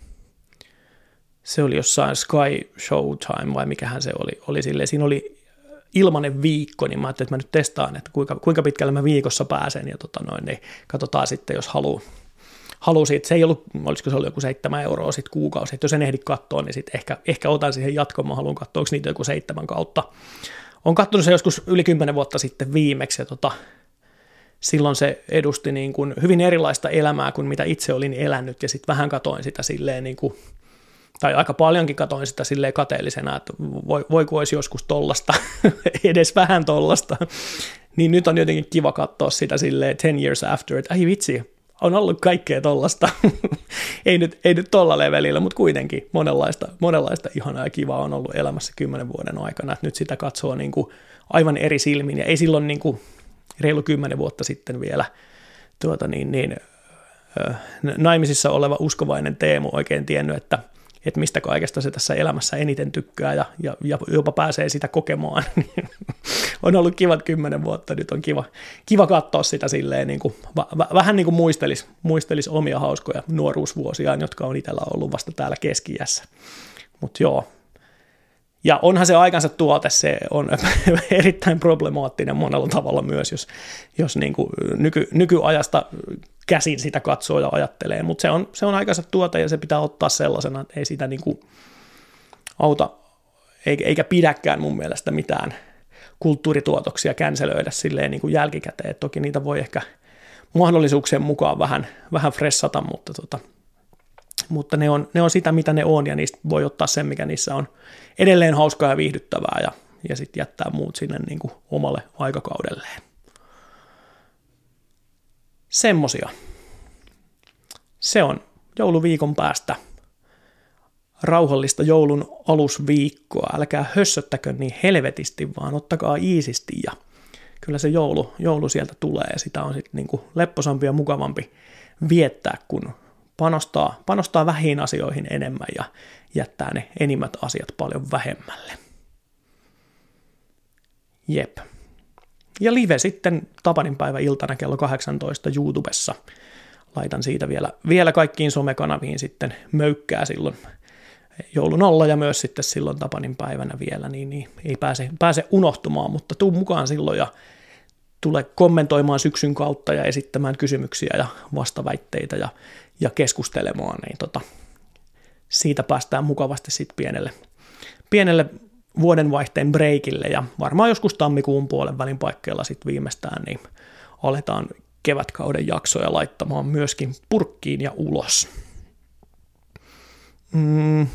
se oli jossain Sky Showtime vai mikähän se oli. oli silleen, siinä oli ilmanen viikko, niin mä ajattelin, että mä nyt testaan, että kuinka, kuinka pitkälle mä viikossa pääsen, ja tota noin, niin katsotaan sitten, jos haluaa. Halu siitä, se ei ollut, olisiko se ollut joku seitsemän euroa sitten kuukausi, että jos en ehdi katsoa, niin sitten ehkä, ehkä otan siihen jatkoon, mä haluan katsoa, onko niitä joku seitsemän kautta. Olen katsonut se joskus yli kymmenen vuotta sitten viimeksi, ja tota, silloin se edusti niin kuin hyvin erilaista elämää kuin mitä itse olin elänyt, ja sitten vähän katoin sitä silleen niin kuin, tai aika paljonkin katoin sitä silleen kateellisena, että voi, voiko olisi joskus tollasta, edes vähän tollasta, niin nyt on jotenkin kiva katsoa sitä silleen ten years after, että ai vitsi, on ollut kaikkea tollasta, ei, nyt, ei nyt tolla levelillä, mutta kuitenkin monenlaista, monenlaista ihanaa ja kivaa on ollut elämässä kymmenen vuoden aikana, että nyt sitä katsoo niin kuin aivan eri silmin, ja ei silloin niin kuin reilu kymmenen vuotta sitten vielä tuota niin, niin, äh, naimisissa oleva uskovainen Teemu oikein tiennyt, että että mistä kaikesta se tässä elämässä eniten tykkää ja, ja, ja jopa pääsee sitä kokemaan. On ollut kivat kymmenen vuotta, nyt on kiva, kiva katsoa sitä silleen, niin kuin, v- vähän niin kuin muistelisi, muistelis omia hauskoja nuoruusvuosiaan, jotka on itsellä ollut vasta täällä keski-iässä. Mutta joo. Ja onhan se aikansa tuote, se on erittäin problemaattinen monella tavalla myös, jos, jos niin kuin nyky, nykyajasta käsin sitä katsoo ja ajattelee, mutta se on, se on aikansa tuote ja se pitää ottaa sellaisena, että ei sitä niin kuin auta, eikä pidäkään mun mielestä mitään kulttuurituotoksia känselöidä silleen niin kuin jälkikäteen, että toki niitä voi ehkä mahdollisuuksien mukaan vähän, vähän fressata, mutta tota, mutta ne on, ne on sitä, mitä ne on, ja niistä voi ottaa sen, mikä niissä on edelleen hauskaa ja viihdyttävää, ja, ja sitten jättää muut sinne niin kuin omalle aikakaudelleen. Semmosia. Se on jouluviikon päästä rauhallista joulun alusviikkoa. Älkää hössöttäkö niin helvetisti, vaan ottakaa iisisti, ja kyllä se joulu, joulu sieltä tulee, ja sitä on sitten niinku lepposampi ja mukavampi viettää, kun panostaa, panostaa vähiin asioihin enemmän ja jättää ne enimmät asiat paljon vähemmälle. Jep. Ja live sitten tapaninpäivä iltana kello kahdeksantoista YouTubessa. Laitan siitä vielä, vielä kaikkiin somekanaviin sitten möykkää silloin joulun alla ja myös sitten silloin tapaninpäivänä vielä, niin, niin ei pääse, pääse unohtumaan, mutta tuu mukaan silloin ja tule kommentoimaan syksyn kautta ja esittämään kysymyksiä ja vastaväitteitä ja, ja keskustelemaan, niin tota, siitä päästään mukavasti sitten pienelle, pienelle vuodenvaihteen breikille ja varmaan joskus tammikuun puolen välin paikkeilla sitten viimeistään, niin aletaan kevätkauden jaksoja laittamaan myöskin purkkiin ja ulos. Mm.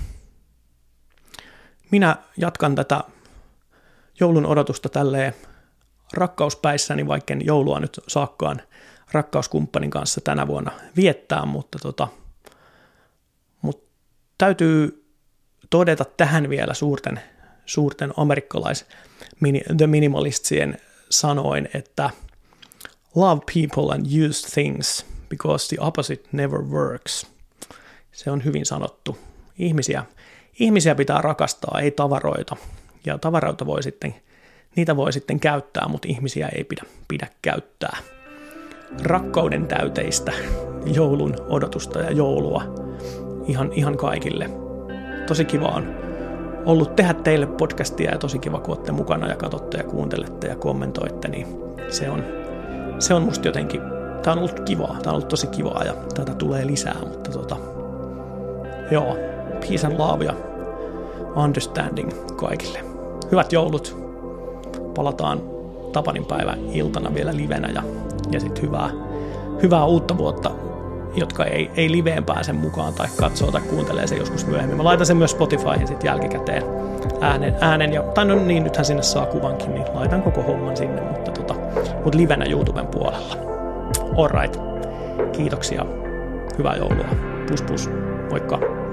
Minä jatkan tätä joulun odotusta tälleen rakkauspäissäni, vaikka en joulua nyt saakkaan rakkauskumppanin kanssa tänä vuonna viettää, mutta, tota, mutta täytyy todeta tähän vielä suurten, suurten amerikkalais The Minimalistien sanoin, että love people and use things because the opposite never works. Se on hyvin sanottu. Ihmisiä, ihmisiä pitää rakastaa, ei tavaroita. Ja tavaroita voi sitten, niitä voi sitten käyttää, mutta ihmisiä ei pidä, pidä käyttää. Rakkauden täyteistä joulun odotusta ja joulua ihan, ihan kaikille. Tosi kiva on ollut tehdä teille podcastia ja tosi kiva, kun olette mukana ja katsotte ja kuuntelette ja kommentoitte, niin se on, se on musta jotenkin, tää on ollut kivaa, tää on ollut tosi kivaa ja tätä tulee lisää, mutta tota, joo, peace and love ja understanding kaikille. Hyvät joulut, palataan tapaninpäivän iltana vielä livenä ja, ja sitten hyvää, hyvää uutta vuotta, jotka ei, ei liveen pääse mukaan tai katsoo tai kuuntelee se joskus myöhemmin. Mä laitan sen myös Spotifyhin sitten jälkikäteen äänen, äänen ja, tai no niin, nythän sinne saa kuvankin, niin laitan koko homman sinne, mutta, tota, mutta livenä YouTuben puolella. All right, kiitoksia, hyvää joulua, pus pus, moikka.